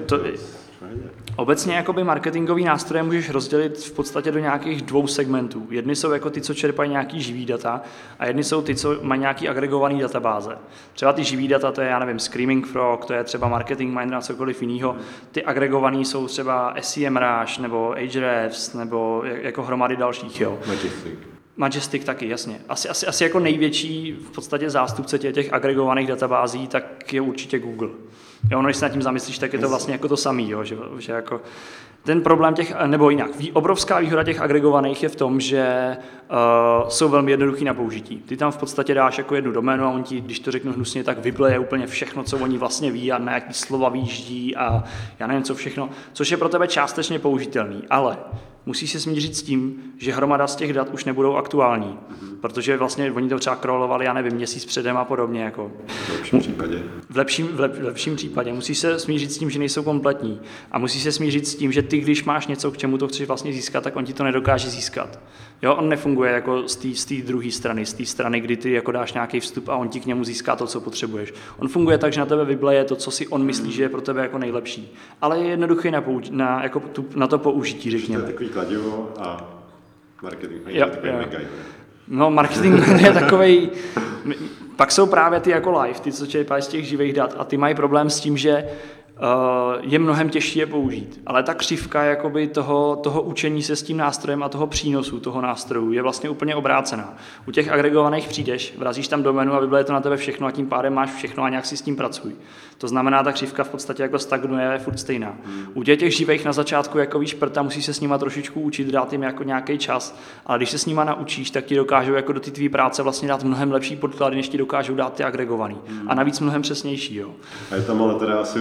obecně jakoby marketingový nástroje můžeš rozdělit v podstatě do nějakých 2 segmentů. Jedny jsou jako ty, co čerpají nějaký živý data a jedny jsou ty, co mají nějaký agregovaný databáze. Třeba ty živý data, to je, já nevím, Screaming Frog, to je třeba Marketing Miner a cokoliv jiného. Ty agregovaný jsou třeba SEMrush nebo Ahrefs nebo jako hromady dalších, jo. Majestic taky, jasně. Asi jako největší v podstatě zástupce těch agregovaných databází, tak je určitě Google. Jo, ono, když se nad tím zamyslíš, tak je to vlastně jako to samý, jo, že jako ten problém těch, nebo jinak, obrovská výhoda těch agregovaných je v tom, že jsou velmi jednoduchý na použití. Ty tam v podstatě dáš jako jednu doménu a on ti, když to řeknu hnusně, tak vybleje úplně všechno, co oni vlastně ví a na jaký slova výjíždí a já nevím co všechno, což je pro tebe částečně použitelný, ale musíš se smířit s tím, že hromada z těch dat už nebudou aktuální, protože vlastně oni to třeba crawlovali, já nevím, měsíc předem a podobně. Jako. V lepším případě. V lepším případě. Musíš se smířit s tím, že nejsou kompletní a musíš se smířit s tím, že ty, když máš něco, k čemu to chceš vlastně získat, tak on ti to nedokáže získat. Jo, on nefunguje jako z té druhé strany, z té strany, kdy ty jako dáš nějaký vstup a on ti k němu získá to, co potřebuješ. On funguje tak, že na tebe vybleje to, co si on myslí, že je pro tebe jako nejlepší. Ale je jednoduchý na to použití, řekněme. To je takový kladivo a marketing je takový MacGyver. No, marketing je takovej. Pak jsou právě ty jako live, ty, co čerpají z těch živých dat a ty mají problém s tím, že je mnohem těžší je použít. Ale ta křivka jakoby toho učení se s tím nástrojem a toho přínosu toho nástroju je vlastně úplně obrácená. U těch agregovaných přijdeš, vrazíš tam doménu a vybleje to na tebe všechno a tím pádem máš všechno a nějak si s tím pracuj. To znamená, ta křivka v podstatě jako stagnuje, je furt stejná. U těch živých na začátku jako víš prta, musíš se s nima trošičku učit, dát jim jako nějaký čas, ale když se s nima naučíš, tak ti dokážou jako do té tvý práce vlastně dát mnohem lepší podklady, než ti dokážou dát ty agregovaný. A navíc mnohem přesnější, jo. A je tam ale teda asi vysoký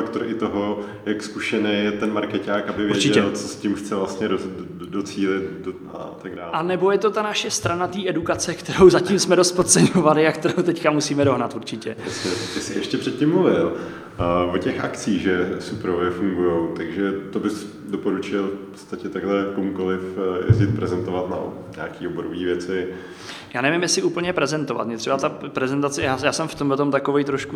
faktor i toho, jak zkušený je ten markeťák, aby věděl, Určitě. co s tím chce vlastně docílit a tak dále. A nebo je to ta naše strana té edukace, kterou zatím jsme dost podceňovali a kterou teďka musíme dohnat určitě. Ty jsi ještě předtím mluvil o těch akcích, že superově fungují, takže to bys doporučil v podstatě takhle komukoliv jezdit prezentovat na nějaké oborové věci. Já nevím, jestli úplně prezentovat. Mě třeba ta prezentace, já jsem v tom takovej trošku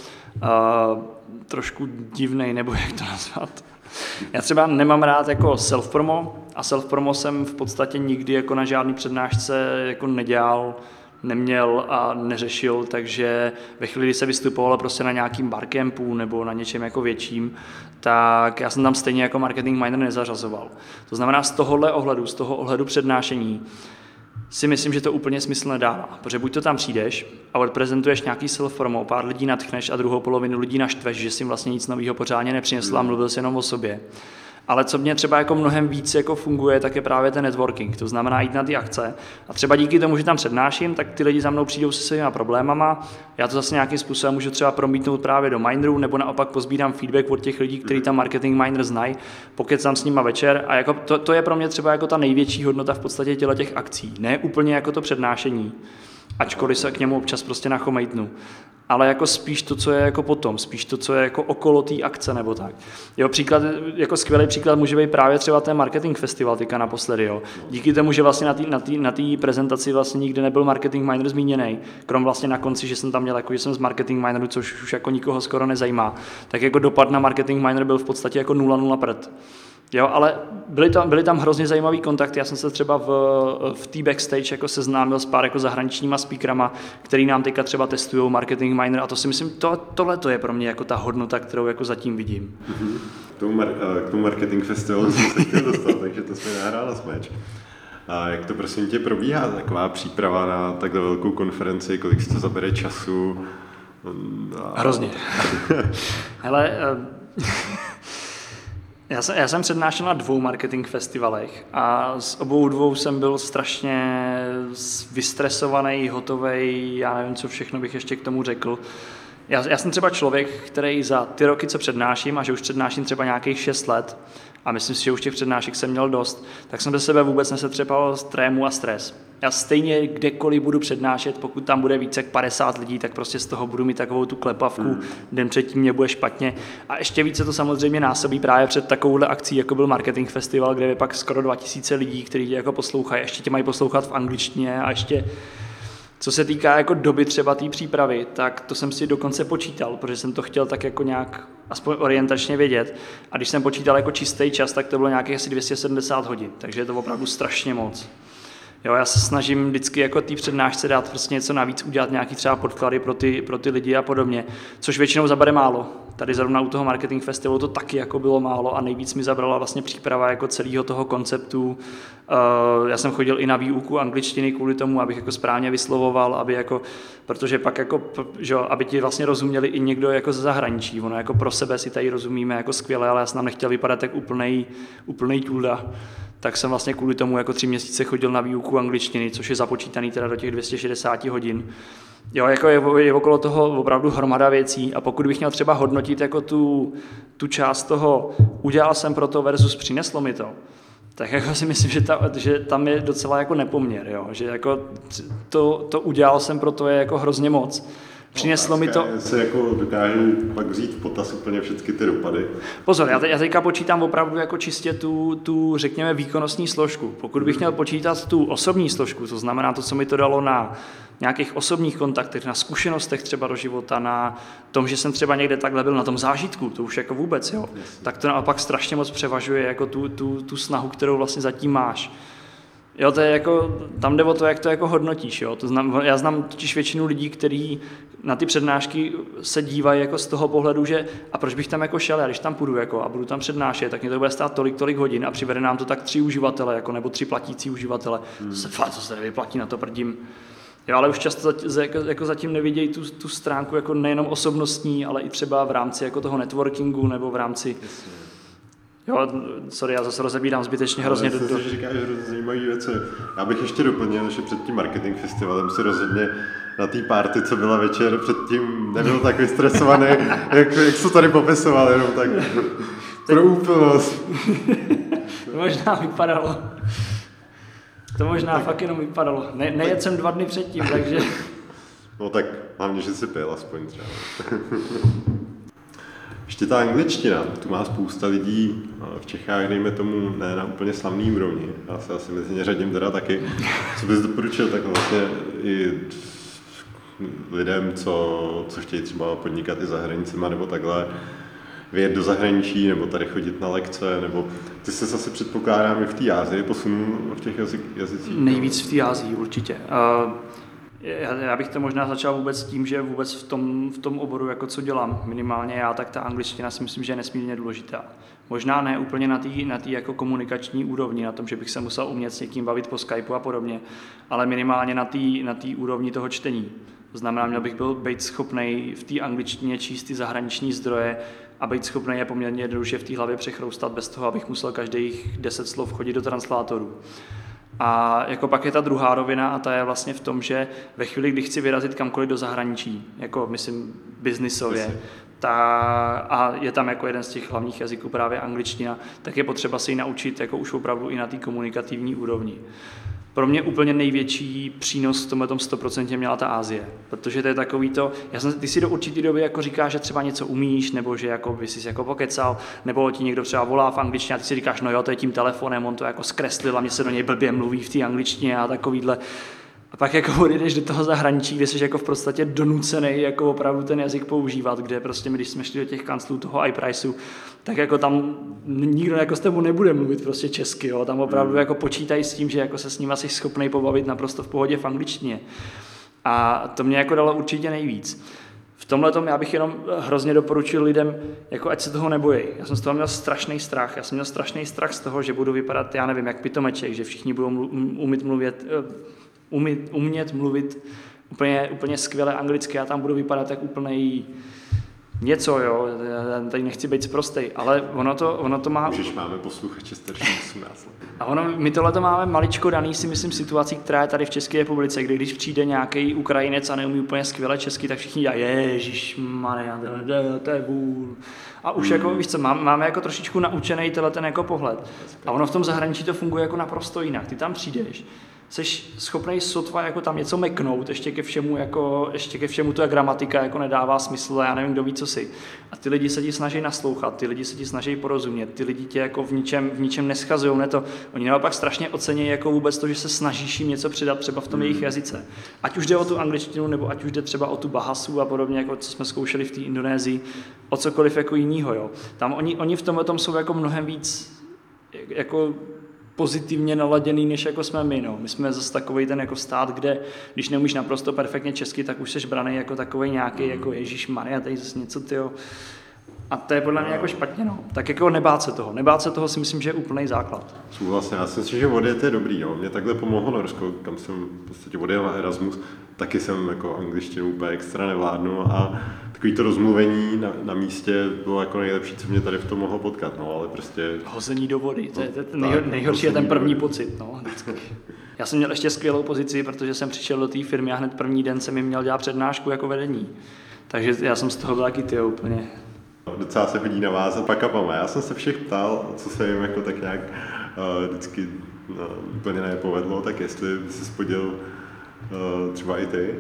trošku divnej, nebo jak to nazvat. Já třeba nemám rád jako self-promo a self-promo jsem v podstatě nikdy jako na žádný přednášce jako nedělal, neměl a neřešil, takže ve chvíli, kdy se vystupovalo prostě na nějakým barcampu nebo na něčem jako větším, tak já jsem tam stejně jako marketing miner nezařazoval. To znamená z tohohle ohledu, z toho ohledu přednášení, si myslím, že to úplně smysl nedává, protože buď to tam přijdeš a odprezentuješ nějaký self-promo, pár lidí nadchneš a druhou polovinu lidí naštveš, že jsi vlastně nic nového pořádně nepřinesl a mluvil jsi jenom o sobě. Ale co mě třeba jako mnohem víc jako funguje, tak je právě ten networking. To znamená jít na ty akce a třeba díky tomu, že tam přednáším, tak ty lidi za mnou přijdou se svými problémama. Já to zase nějakým způsobem můžu třeba promítnout právě do Mineru, nebo naopak pozbírám feedback od těch lidí, kteří tam marketing Miner znají, pokecám s nima večer a jako to je pro mě třeba jako ta největší hodnota v podstatě těch akcí. Ne úplně jako to přednášení, ačkoliv se k němu občas prostě nachomejtnu, ale jako spíš to, co je jako potom, spíš to, co je jako okolo té akce nebo tak. Jo, příklad, jako skvělý příklad může být právě třeba ten marketing festival teďka naposledy, jo. Díky tomu, že vlastně na té prezentaci vlastně nikdy nebyl marketing miner zmíněný, krom vlastně na konci, že jsem tam měl jako, že jsem z marketing mineru, což už jako nikoho skoro nezajímá, tak jako dopad na marketing miner byl v podstatě jako 0,0 prd. Jo, ale byly tam hrozně zajímavý kontakty. Já jsem se třeba v té backstage jako seznámil s pár jako zahraničníma speakerama, který nám teďka třeba testují marketing miner a to si myslím, tohle to je pro mě jako ta hodnota, kterou jako zatím vidím. K tomu marketing festivalu jsem se chtěl dostat, takže to jsme nahrál na smeč. A jak to prosím tě probíhá taková příprava na takhle velkou konferenci, kolik si to zabere času? Hrozně. Hele, Já jsem přednášel na 2 marketing festivalech a z obou 2 jsem byl strašně vystresovaný, hotovej, já nevím, co všechno bych ještě k tomu řekl. Já jsem třeba člověk, který za ty roky, co přednáším, a že už přednáším třeba nějakých 6 let, a myslím si, že už těch přednášek jsem měl dost, tak jsem do sebe vůbec nesetřepal trému a stres. Já stejně kdekoliv budu přednášet, pokud tam bude více jak 50 lidí, tak prostě z toho budu mít takovou tu klepavku, den předtím mě bude špatně. A ještě více to samozřejmě násobí právě před takovouhle akcí, jako byl Marketing Festival, kde je pak skoro 2000 lidí, kteří tě jako poslouchají, ještě tě mají poslouchat v angličtině a ještě co se týká jako doby třeba té přípravy, tak to jsem si dokonce počítal, protože jsem to chtěl tak jako nějak aspoň orientačně vědět. A když jsem počítal jako čistý čas, tak to bylo nějakých asi 270 hodin, takže je to opravdu strašně moc. Jo, já se snažím vždycky jako té přednášce dát prostě něco navíc, udělat nějaký třeba podklady pro ty lidi a podobně, což většinou zabere málo. Tady zrovna u toho Marketing Festivalu to taky jako bylo málo a nejvíc mi zabrala vlastně příprava jako celého toho konceptu. Já jsem chodil i na výuku angličtiny kvůli tomu, abych jako správně vyslovoval, aby jako, protože pak jako, že, aby ti vlastně rozuměli i někdo jako ze zahraničí. Ono jako pro sebe si tady rozumíme jako skvěle, ale já jsem tam nechtěl vypadat tak úplnej tůlda. Tak jsem vlastně kvůli tomu jako 3 měsíce chodil na výuku angličtiny, což je započítaný teda do těch 260 hodin. Jo, jako je okolo toho opravdu hromada věcí a pokud bych měl třeba hodnotit jako tu část toho, udělal jsem pro to versus přineslo mi to, tak jako si myslím, že tam je docela jako nepoměr, jo? Že jako to udělal jsem pro to je jako hrozně moc. Přineslo mi to... Se jako dokážu pak vzít v potaz úplně všechny ty dopady. Pozor, já teďka počítám opravdu jako čistě tu řekněme výkonnostní složku. Pokud bych měl počítat tu osobní složku, to znamená to, co mi to dalo na nějakých osobních kontaktech, na zkušenostech třeba do života, na tom, že jsem třeba někde takhle byl, na tom zážitku, to už jako vůbec, jo. Tak to naopak strašně moc převažuje jako tu snahu, kterou vlastně zatím máš. Jo, to je jako, tam jde o to, jak to jako hodnotíš, jo. Já znám totiž většinu lidí, kteří na ty přednášky se dívají jako z toho pohledu, že a proč bych tam jako šel, já když tam půjdu jako a budu tam přednášet, tak mě to bude stát tolik hodin a přivede nám to tak 3 uživatele, jako, nebo 3 platící uživatele. To se nevyplatí, na to prdím. Jo, ale už často jako zatím nevidějí tu stránku jako nejenom osobnostní, ale i třeba v rámci jako toho networkingu nebo v rámci... Jo, sorry, já zase rozebírám zbytečně hrozně. Říkáš hrozně zajímavé věci. Já bych ještě doplnil, že před tím Marketing Festivalem si rozhodně na té party, co byla večer předtím, nebyl tak vystresovaný, jak jsi tady popisoval, jenom tak pro úplnost. To možná vypadalo. To možná fakt jenom vypadalo. Nejedl jsem 2 dny předtím, takže... No tak hlavně, že si pil aspoň třeba. Ještě ta angličtina, tu má spousta lidí v Čechách, dejme tomu, ne na úplně slavný úrovni. Já se asi mezi ně řadím teda taky. Co bys doporučil, tak vlastně i lidem, co chtějí třeba podnikat i za hranicema nebo takhle, vyjet do zahraničí, nebo tady chodit na lekce, nebo ty se zase předpokládám i v té Asii posunul v těch jazycích? Nejvíc v té Asii určitě. Já bych to možná začal vůbec tím, že vůbec v tom oboru, jako co dělám, minimálně já, tak ta angličtina si myslím, že je nesmírně důležitá. Možná ne úplně na té jako komunikační úrovni, na tom, že bych se musel umět s někým bavit po Skypeu a podobně, ale minimálně na té úrovni toho čtení. To znamená, měl bych být schopnej v té angličtině číst ty zahraniční zdroje a být schopný je poměrně jednoduše v té hlavě přechroustat bez toho, abych musel každých 10 slov chodit do translátoru. A jako pak je ta druhá rovina a ta je vlastně v tom, že ve chvíli, kdy chci vyrazit kamkoliv do zahraničí, jako myslím biznisově, a je tam jako jeden z těch hlavních jazyků právě angličtina, tak je potřeba se ji naučit jako už opravdu i na té komunikativní úrovni. Pro mě úplně největší přínos v tomhle 100% měla ta Asie, protože to je takový to, ty si do určitý doby jako říkáš, že třeba něco umíš, nebo že jako by jsi jako pokecal, nebo ti někdo třeba volá v angličtině a ty si říkáš, no jo, to je tím telefonem, on to jako zkreslil a mě se do něj blbě mluví v té angličtině a takovýhle. A pak jako odjedeš do toho zahraničí, kde jsi jako v podstatě donucený jako opravdu ten jazyk používat, kde prostě my, když jsme šli do těch kanclů toho iPriceu, tak jako tam nikdo jako s tebou nebude mluvit prostě česky, jo? Tam opravdu jako počítají s tím, že jako se s ním jsi schopnej pobavit naprosto v pohodě v angličtině. A to mě jako dalo určitě nejvíc. V tomhletom já bych jenom hrozně doporučil lidem, jako ať se toho nebojí. Já jsem z toho měl strašný strach. Já jsem měl strašný strach z toho, že budu vypadat, já nevím, jak pitomeček, že všichni budou umět mluvit úplně skvěle anglicky, já tam budu vypadat jak úplnej něco, jo, já tady nechci být sprostej, ale ono to má... Už máme posluchače starší 18 let. A my tohleto máme maličko daný, si myslím, situací, která je tady v České republice, kdy když přijde nějaký Ukrajinec a neumí úplně skvěle česky, tak všichni dělají, ježišmarja, to je vůl. A už jako, víš co, máme jako trošičku naučený ten jako pohled. A ono v tom zahraničí to funguje jako naprosto jinak. Ty tam přijdeš, seš schopnej sotva jako tam něco meknout, ještě ke všemu to je gramatika, jako nedává smysl a já nevím, kdo ví, co si. A ty lidi se ti snaží naslouchat, ty lidi se ti snaží porozumět, ty lidi tě jako v ničem neschazují, ne to. Oni naopak strašně ocení jako vůbec to, že se snažíš jim něco přidat třeba v tom jejich jazyce. Ať už jde o tu angličtinu, nebo ať už jde třeba o tu bahasu a podobně, jako co jsme zkoušeli v té Indonésii, o cokoliv jako jinýho, jo. Tam oni v tomhle jsou jako mnohem víc jako pozitivně naladěný, než jako jsme my. No. My jsme zase takovej ten jako stát, kde když neumíš naprosto perfektně česky, tak už seš braný jako takovej nějaký jako ježišmarja, tady zase něco, tyjo. A to je podle mě jako špatně, no. Tak jako nebát se toho. Nebát se toho si myslím, že je úplný základ. Souhlasně, já si myslím, že odjet je dobrý, jo. Mě takhle pomohlo Norsko, kam jsem v podstatě odjel na Erasmus, taky jsem jako angličtinu úplně extra nevládnu a takový to rozmluvení na místě bylo jako nejlepší, co mě tady v tom mohlo potkat, no, ale prostě... Hození do vody, to je nejhorší je ten první pocit, no, vždycky. Já jsem měl ještě skvělou pozici, protože jsem přišel do té firmy a hned první den jsem jim měl dělat přednášku jako vedení. Takže já jsem z toho byl taky tyjo, úplně... Docela se hodí navázat pakapama. Já jsem se všech ptal, co se jim jako tak nějak vždycky úplně nepovedlo, tak jestli jsi spodil třeba i ty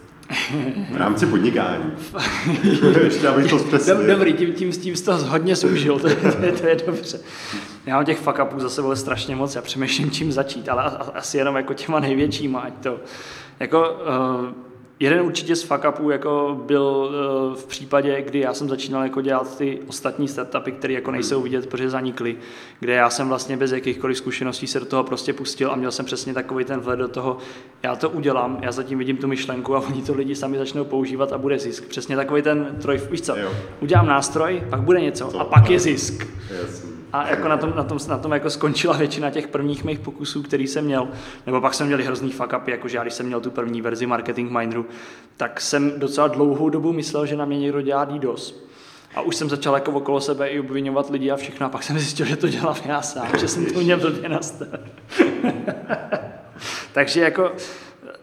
v rámci podnikání. Ještě abych to zpřesnil. Dobrý, tím jsi to hodně zúžil, to je dobře. Já mám těch fuck upů za sebou strašně moc, já přemýšlím, čím začít, ale asi jenom jako těma největšíma, ať to jako... Jeden určitě z fuck upů jako byl v případě, kdy já jsem začínal jako dělat ty ostatní startupy, které jako nejsou vidět, protože zanikly, kde já jsem vlastně bez jakýchkoliv zkušeností se do toho prostě pustil a měl jsem přesně takový ten vhled do toho, já to udělám, já zatím vidím tu myšlenku a oni to lidi sami začnou používat a bude zisk. Přesně takový ten víš co, udělám nástroj, pak bude něco a pak je zisk. A jako na tom jako skončila většina těch prvních mých pokusů, který jsem měl. Nebo pak jsem měl hrozný fuck upy, jakože já když jsem měl tu první verzi Marketing Mineru, tak jsem docela dlouhou dobu myslel, že na mě někdo dělá DDoS. A už jsem začal jako okolo sebe i obviňovat lidi a všechno. A pak jsem zjistil, že to dělám já sám, že jsem to měl blbě nastavit. Takže jako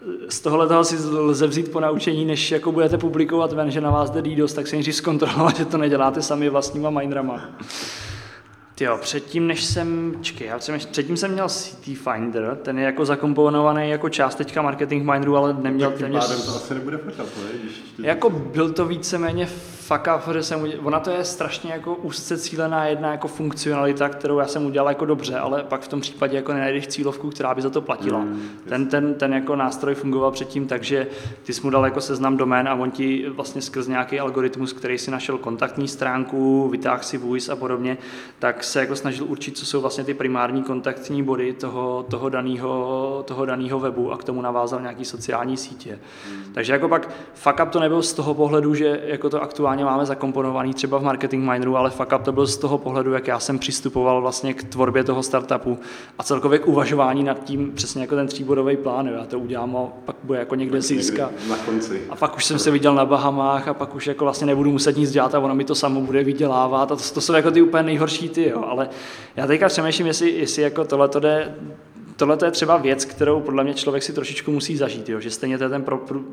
z tohohle toho si lze vzít po naučení, než jako budete publikovat ven, že na vás jde DDoS, tak se nejdřív zkontrolovat, že to neděláte sami vlastníma minerama. Jo, předtím jsem měl CT Finder, ten je jako zakomponovaný jako část teďka marketing minerů, ale neměl téměř... Tím to asi nebude fuck up, ne? Jako byl to víceméně fuck up, že ona to je strašně jako úzce cílená jedna jako funkcionalita, kterou já jsem udělal jako dobře, ale pak v tom případě jako nenajdeš cílovku, která by za to platila. Ten jako nástroj fungoval předtím, takže ty jsi mu dal jako seznam domén a on ti vlastně skrz nějaký algoritmus, který si našel kontaktní stránku, vytáhl si voice a podobně, tak se jako snažil určit, co jsou vlastně ty primární kontaktní body toho daného webu a k tomu navázal nějaký sociální sítě. Takže jako pak fuck up to nebyl z toho pohledu, že jako to aktuálně máme zakomponovaný třeba v marketing mineru, ale fuck up to byl z toho pohledu, jak já jsem přistupoval vlastně k tvorbě toho startupu a celkově k uvažování nad tím přesně jako ten 3bodový plán. Já to udělám a pak bude jako někde ziska. Na konci. A pak už jsem se viděl na Bahamách a pak už jako vlastně nebudu muset nic dělat a ono mi to samo bude vydělávat a to jsou jako ty úplně nejhorší jo. Ale já teďka přemýšlím, jestli jako tohle je třeba věc, kterou podle mě člověk si trošičku musí zažít, jo? Že stejně to je ten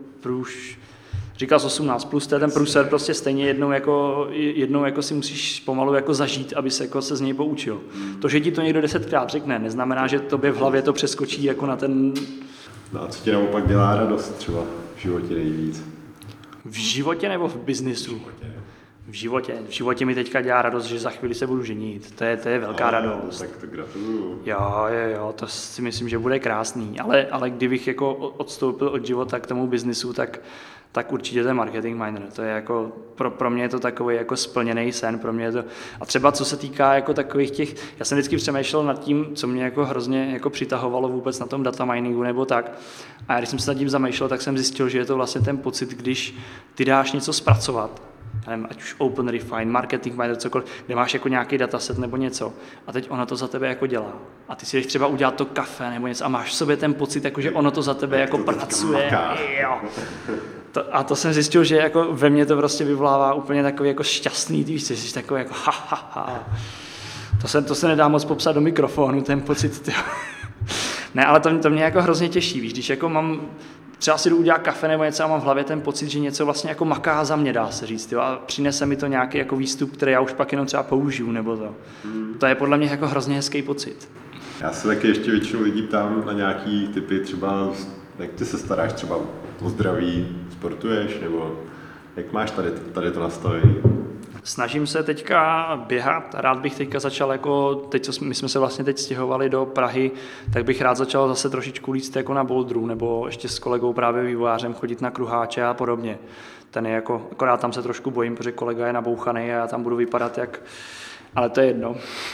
říkal 18 plus, to je ten průser prostě stejně jednou jako si musíš pomalu jako zažít, aby se jako se z něj poučil. To, že ti to někdo 10krát řekne, neznamená, že tobě v hlavě to přeskočí jako na ten... No a co ti naopak dělá radost třeba v životě nejvíc? V životě nebo v biznisu? V životě mi teďka dělá radost, že za chvíli se budu ženit. To je velká radost. Tak to gratuluju. Jo, to si myslím, že bude krásný. Ale kdybych jako odstoupil od života k tomu biznisu, tak určitě ten marketing miner. To je jako, pro mě je to takový jako splněný sen, pro mě je to, a třeba co se týká jako takových těch, já jsem vždycky přemýšlel nad tím, co mě jako hrozně jako přitahovalo vůbec na tom data miningu nebo tak. A když jsem se nad tím zamýšlel, tak jsem zjistil, že je to vlastně ten pocit, když ty dáš něco zpracovat, nevím, ať už Open Refine, Marketing Miner, cokoliv, kde máš jako nějaký dataset nebo něco a teď ono to za tebe jako dělá. A ty si jdeš třeba udělat to kafe nebo něco a máš v sobě ten pocit, jako, že ono to za tebe jako pracuje. Jo. A to jsem zjistil, že jako ve mně to prostě vyvolává úplně takový jako šťastný, ty víš, jsi takový jako ha. To se nedá moc popsat do mikrofonu, ten pocit, tyjo. Ne, ale to mě jako hrozně těší, víš, když jako mám, třeba si jdu udělat kafe nebo něco a mám v hlavě ten pocit, že něco vlastně jako maká za mě, dá se říct, jo, a přinese mi to nějaký jako výstup, který já už pak jenom třeba použiju, nebo to. To je podle mě jako hrozně hezký pocit. Já se taky ještě většinou lidí ptám na nějaký typy, třeba jak ty se staráš třeba o zdraví, sportuješ, nebo jak máš tady to nastavení? Snažím se teďka běhat, rád bych teďka začal jako, my jsme se vlastně teď stěhovali do Prahy, tak bych rád začal zase trošičku líst jako na bouldru, nebo ještě s kolegou právě vývojářem chodit na kruháče a podobně. Ten je jako, akorát tam se trošku bojím, protože kolega je nabouchaný a já tam budu vypadat jak, ale to je jedno.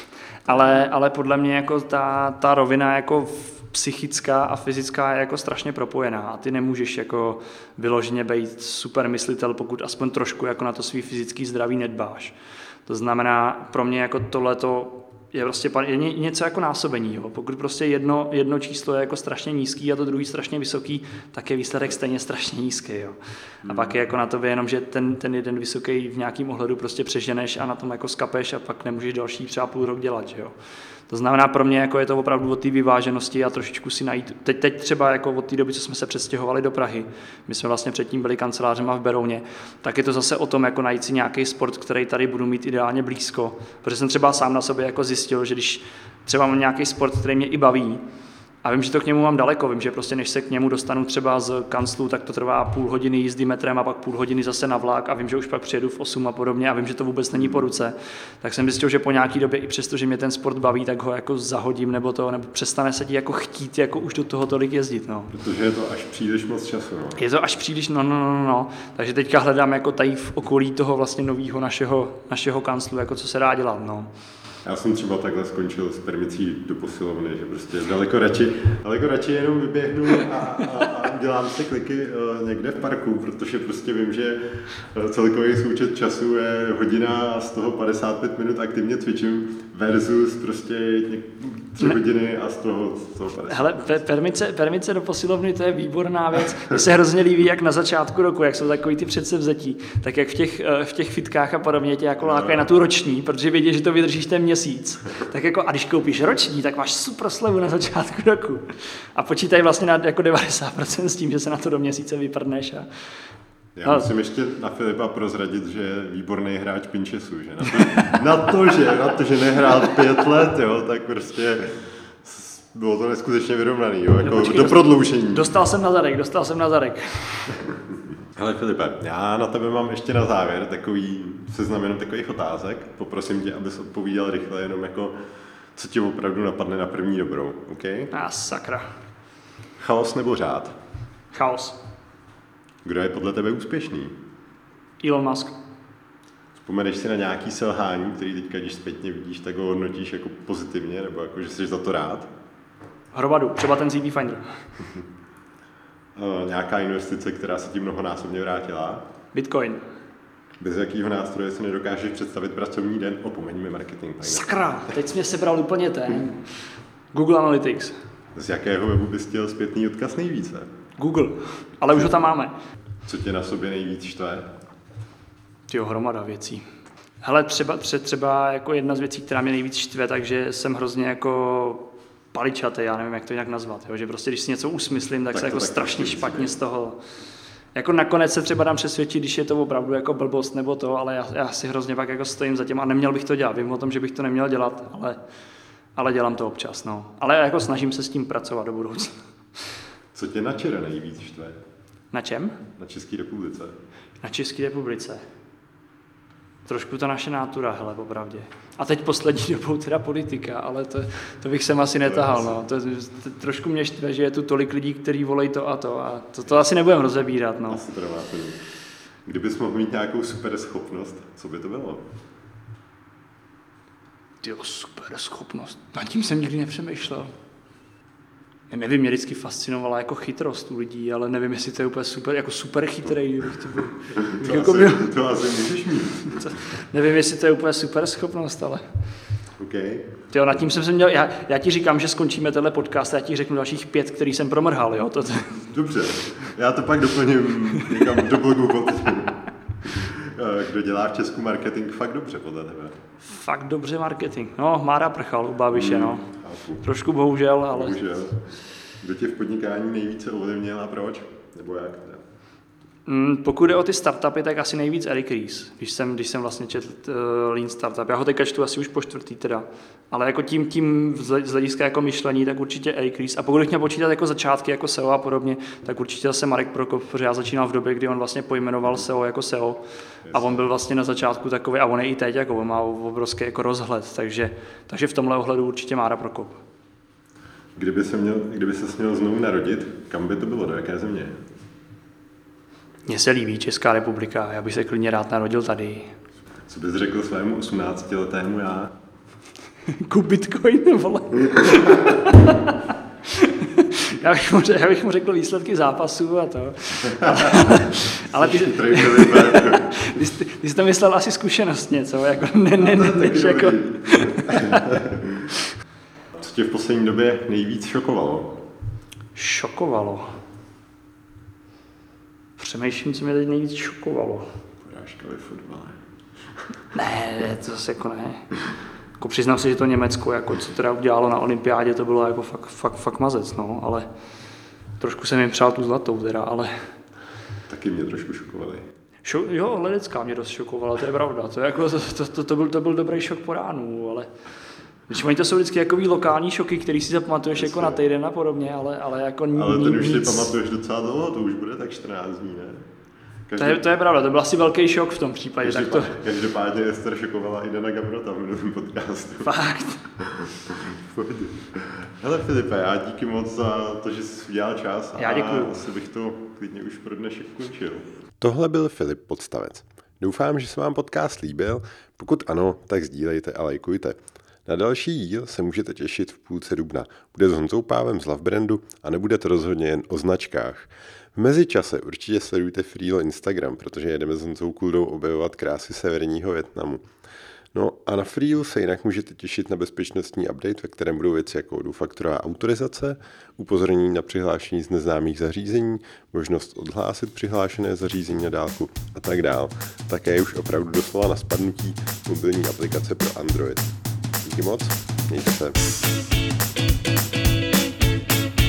Ale podle mě jako ta rovina jako psychická a fyzická je jako strašně propojená a ty nemůžeš jako vyloženě být super myslitel, pokud aspoň trošku jako na to svý fyzický zdraví nedbáš. To znamená, pro mě jako tohleto je prostě něco jako násobení. Jo. Pokud prostě jedno číslo je jako strašně nízký a to druhý strašně vysoký, tak je výsledek stejně strašně nízký. Jo. A pak je jako na tobě jenom, že ten jeden vysoký v nějakém ohledu prostě přeženeš a na tom jako skapeš a pak nemůžeš další třeba půl rok dělat. Že jo. To znamená, pro mě jako je to opravdu o té vyváženosti a trošičku si najít. Teď třeba jako od té doby, co jsme se přestěhovali do Prahy, my jsme vlastně předtím byli kancelářema v Berouně, tak je to zase o tom, jako najít si nějaký sport, který tady budu mít ideálně blízko. Protože jsem třeba sám na sobě jako zjistil, že když třeba mám nějaký sport, který mě i baví, a vím, že to k němu mám daleko, vím, že prostě než se k němu dostanu třeba z kanclu, tak to trvá půl hodiny jízdy metrem a pak půl hodiny zase na vlak a vím, že už pak přijedu v 8 a podobně a vím, že to vůbec není po ruce. Tak jsem zjistil, že po nějaký době i přesto, že mě ten sport baví, tak ho jako zahodím nebo přestane se ti jako chtít jako už do toho tolik jezdit, no. Protože je to až příliš moc času, no. Je to až příliš, no. Takže teďka hledám jako tady v okolí toho vlastně nového našeho kanclu, jako co se dá dělat, no. Já jsem třeba takhle skončil s permicí do posilovny, že prostě daleko radši jenom vyběhnu a dělám si kliky někde v parku, protože prostě vím, že celkový součet času je hodina a z toho 55 minut aktivně cvičím versus prostě 3 hodiny a z toho 50. Hele, permice do posilovny, to je výborná věc. Mně se hrozně líbí, jak na začátku roku, jak jsou takový ty předsevzetí, tak jak v těch fitkách a podobně tě jako lákají na tu roční, protože vědí, že to vydržíš ten měsíc měsíc. Tak jako, a když koupíš roční, tak máš super slevu na začátku roku. A počítají vlastně na jako 90% s tím, že se na to do měsíce vyprdneš. Já musím ještě na Filipa prozradit, že je výborný hráč pinčesu, že na to, že nehrál 5 let, jo, tak prostě bylo to neskutečně vyrovnaný, jo, jako do prodloužení. Dostal jsem na zadek. Hele Filipe, já na tebe mám ještě na závěr takový seznam jenom takových otázek. Poprosím tě, abys odpovídal rychle, jenom jako, co ti opravdu napadne na první dobrou, OK? Sakra. Chaos nebo řád? Chaos. Kdo je podle tebe úspěšný? Elon Musk. Vzpomeneš si na nějaký selhání, který teďka, když zpětně vidíš, tak ho hodnotíš jako pozitivně, nebo jako, že jsi za to rád? Hromadu, třeba ten CP Finder. Nějaká investice, která se ti mnohonásobně vrátila? Bitcoin. Bez jakého nástroje si nedokážeš představit pracovní den? Opomeňme marketing. Sakra, teď jsi mě sebral úplně ten. Google Analytics. Z jakého webu bys chtěl zpětný odkaz nejvíce? Google, ale už ho tam máme. Co tě na sobě nejvíc štve? Tyjo, hromada věcí. Hele, třeba jako jedna z věcí, která mě nejvíc štve, takže jsem hrozně jako paličatý, já nevím, jak to jinak nazvat, jo? Že prostě, když si něco usmyslím, tak se jako strašně špatně z toho. Jako nakonec se třeba dám přesvědčit, když je to opravdu jako blbost nebo to, ale já si hrozně pak jako stojím za tím a neměl bych to dělat. Vím o tom, že bych to neměl dělat, ale dělám to občas, no. Ale jako snažím se s tím pracovat do budoucna. Co tě na ČR nejvíc štve? Na čem? Na České republice. Na České republice. Trošku ta naše nátura, hele, popravdě. A teď poslední dobou teda politika, ale to bych sem asi netahal, no. To trošku mě štve, že je tu tolik lidí, kteří volají to a to asi nebudem rozebírat, no. Asi to máte. Kdybys mohl mít nějakou super schopnost, co by to bylo? Tyjo, super schopnost. Nad tím jsem nikdy nepřemýšlel. Já nevím, mě vždycky fascinovala jako chytrost u lidí, ale nevím, jestli to je úplně super, jako super chytrý. To asi můžeš mít. Nevím, jestli to je úplně super schopnost, ale... Okay. Tyjo, nad tím jsem se měl, já ti říkám, že skončíme tenhle podcast a já ti řeknu dalších 5, který jsem promrhal, jo? Dobře, já to pak doplním někam do blogu. Kdo dělá v Česku marketing fakt dobře podle tebe? Fakt dobře marketing. No, Mára Prchal u Babiše, no. Trošku bohužel, ale... Bohužel. Kdo tě v podnikání nejvíce ovlivnil a proč? Nebo jak? Pokud jde o ty startupy, tak asi nejvíc Eric Ries, když jsem vlastně četl Lean Startup. Já ho teďka čtu asi už po 4. teda. Ale jako tím z hlediska jako myšlení, tak určitě Eric Ries. A pokud bych měl počítat jako začátky jako SEO a podobně, tak určitě zase Marek Prokop, protože já začínal v době, kdy on vlastně pojmenoval SEO jako SEO. A on byl vlastně na začátku takový, a on je i teď, jako on má obrovský jako rozhled. Takže v tomhle ohledu určitě Mára Prokop. Kdyby se měl znovu narodit, kam by to bylo, do jaké země? Mně se líbí Česká republika, já bych se klidně rád narodil tady. Co bys řekl svému 18letému já? Kup Bitcoin, vole. já bych mu řekl výsledky zápasů a to. Ale ty jsi to myslel asi zkušenostně, co? Jako, jako... Co tě v poslední době nejvíc šokovalo? Šokovalo? Přemýšlím, co mě teď nejvíc šokovalo. Porážka ve fotbale. Ne, to zase jako ne. Jako přiznám si, že to Německo, jako co teda udělalo na olympiádě, to bylo jako fakt mazec, no, ale trošku jsem jim přál tu zlatou teda, ale... Taky mě trošku šokovali. Jo, Ledecká mě dost šokovala, to je pravda, to byl dobrý šok po ránu, ale... Když oni to jsou vždycky jako lokální šoky, který si zapamatuješ jako na týden a podobně, ale jako nic. Ale ten už si pamatuješ docela dlouho, to už bude tak 14 dní, ne? To je pravda, to byl asi velký šok v tom případě. Každopádně Ester šokovala i Dana Gabrota v minulém podcastu. Fakt. Hele Filipe, já díky moc za to, že jsi udělal čas. Já děkuju. Asi bych to klidně už pro dnešek končil. Tohle byl Filip Podstavec. Doufám, že se vám podcast líbil. Pokud ano, tak sdílejte a lajkujte. Na další díl se můžete těšit v půlce dubna. Bude s Honzou Pávem z Lovebrandu a nebude to rozhodně jen o značkách. V mezičase určitě sledujte Freelo Instagram, protože jedeme s Honzou Kuldou objevovat krásy severního Vietnamu. No a na Freelu se jinak můžete těšit na bezpečnostní update, ve kterém budou věci jako dvoufaktorová autorizace, upozornění na přihlášení z neznámých zařízení, možnost odhlásit přihlášené zařízení na dálku a tak dál. Také už opravdu doslova na spadnutí mobilní aplikace pro Android. Díky moc, mějte se.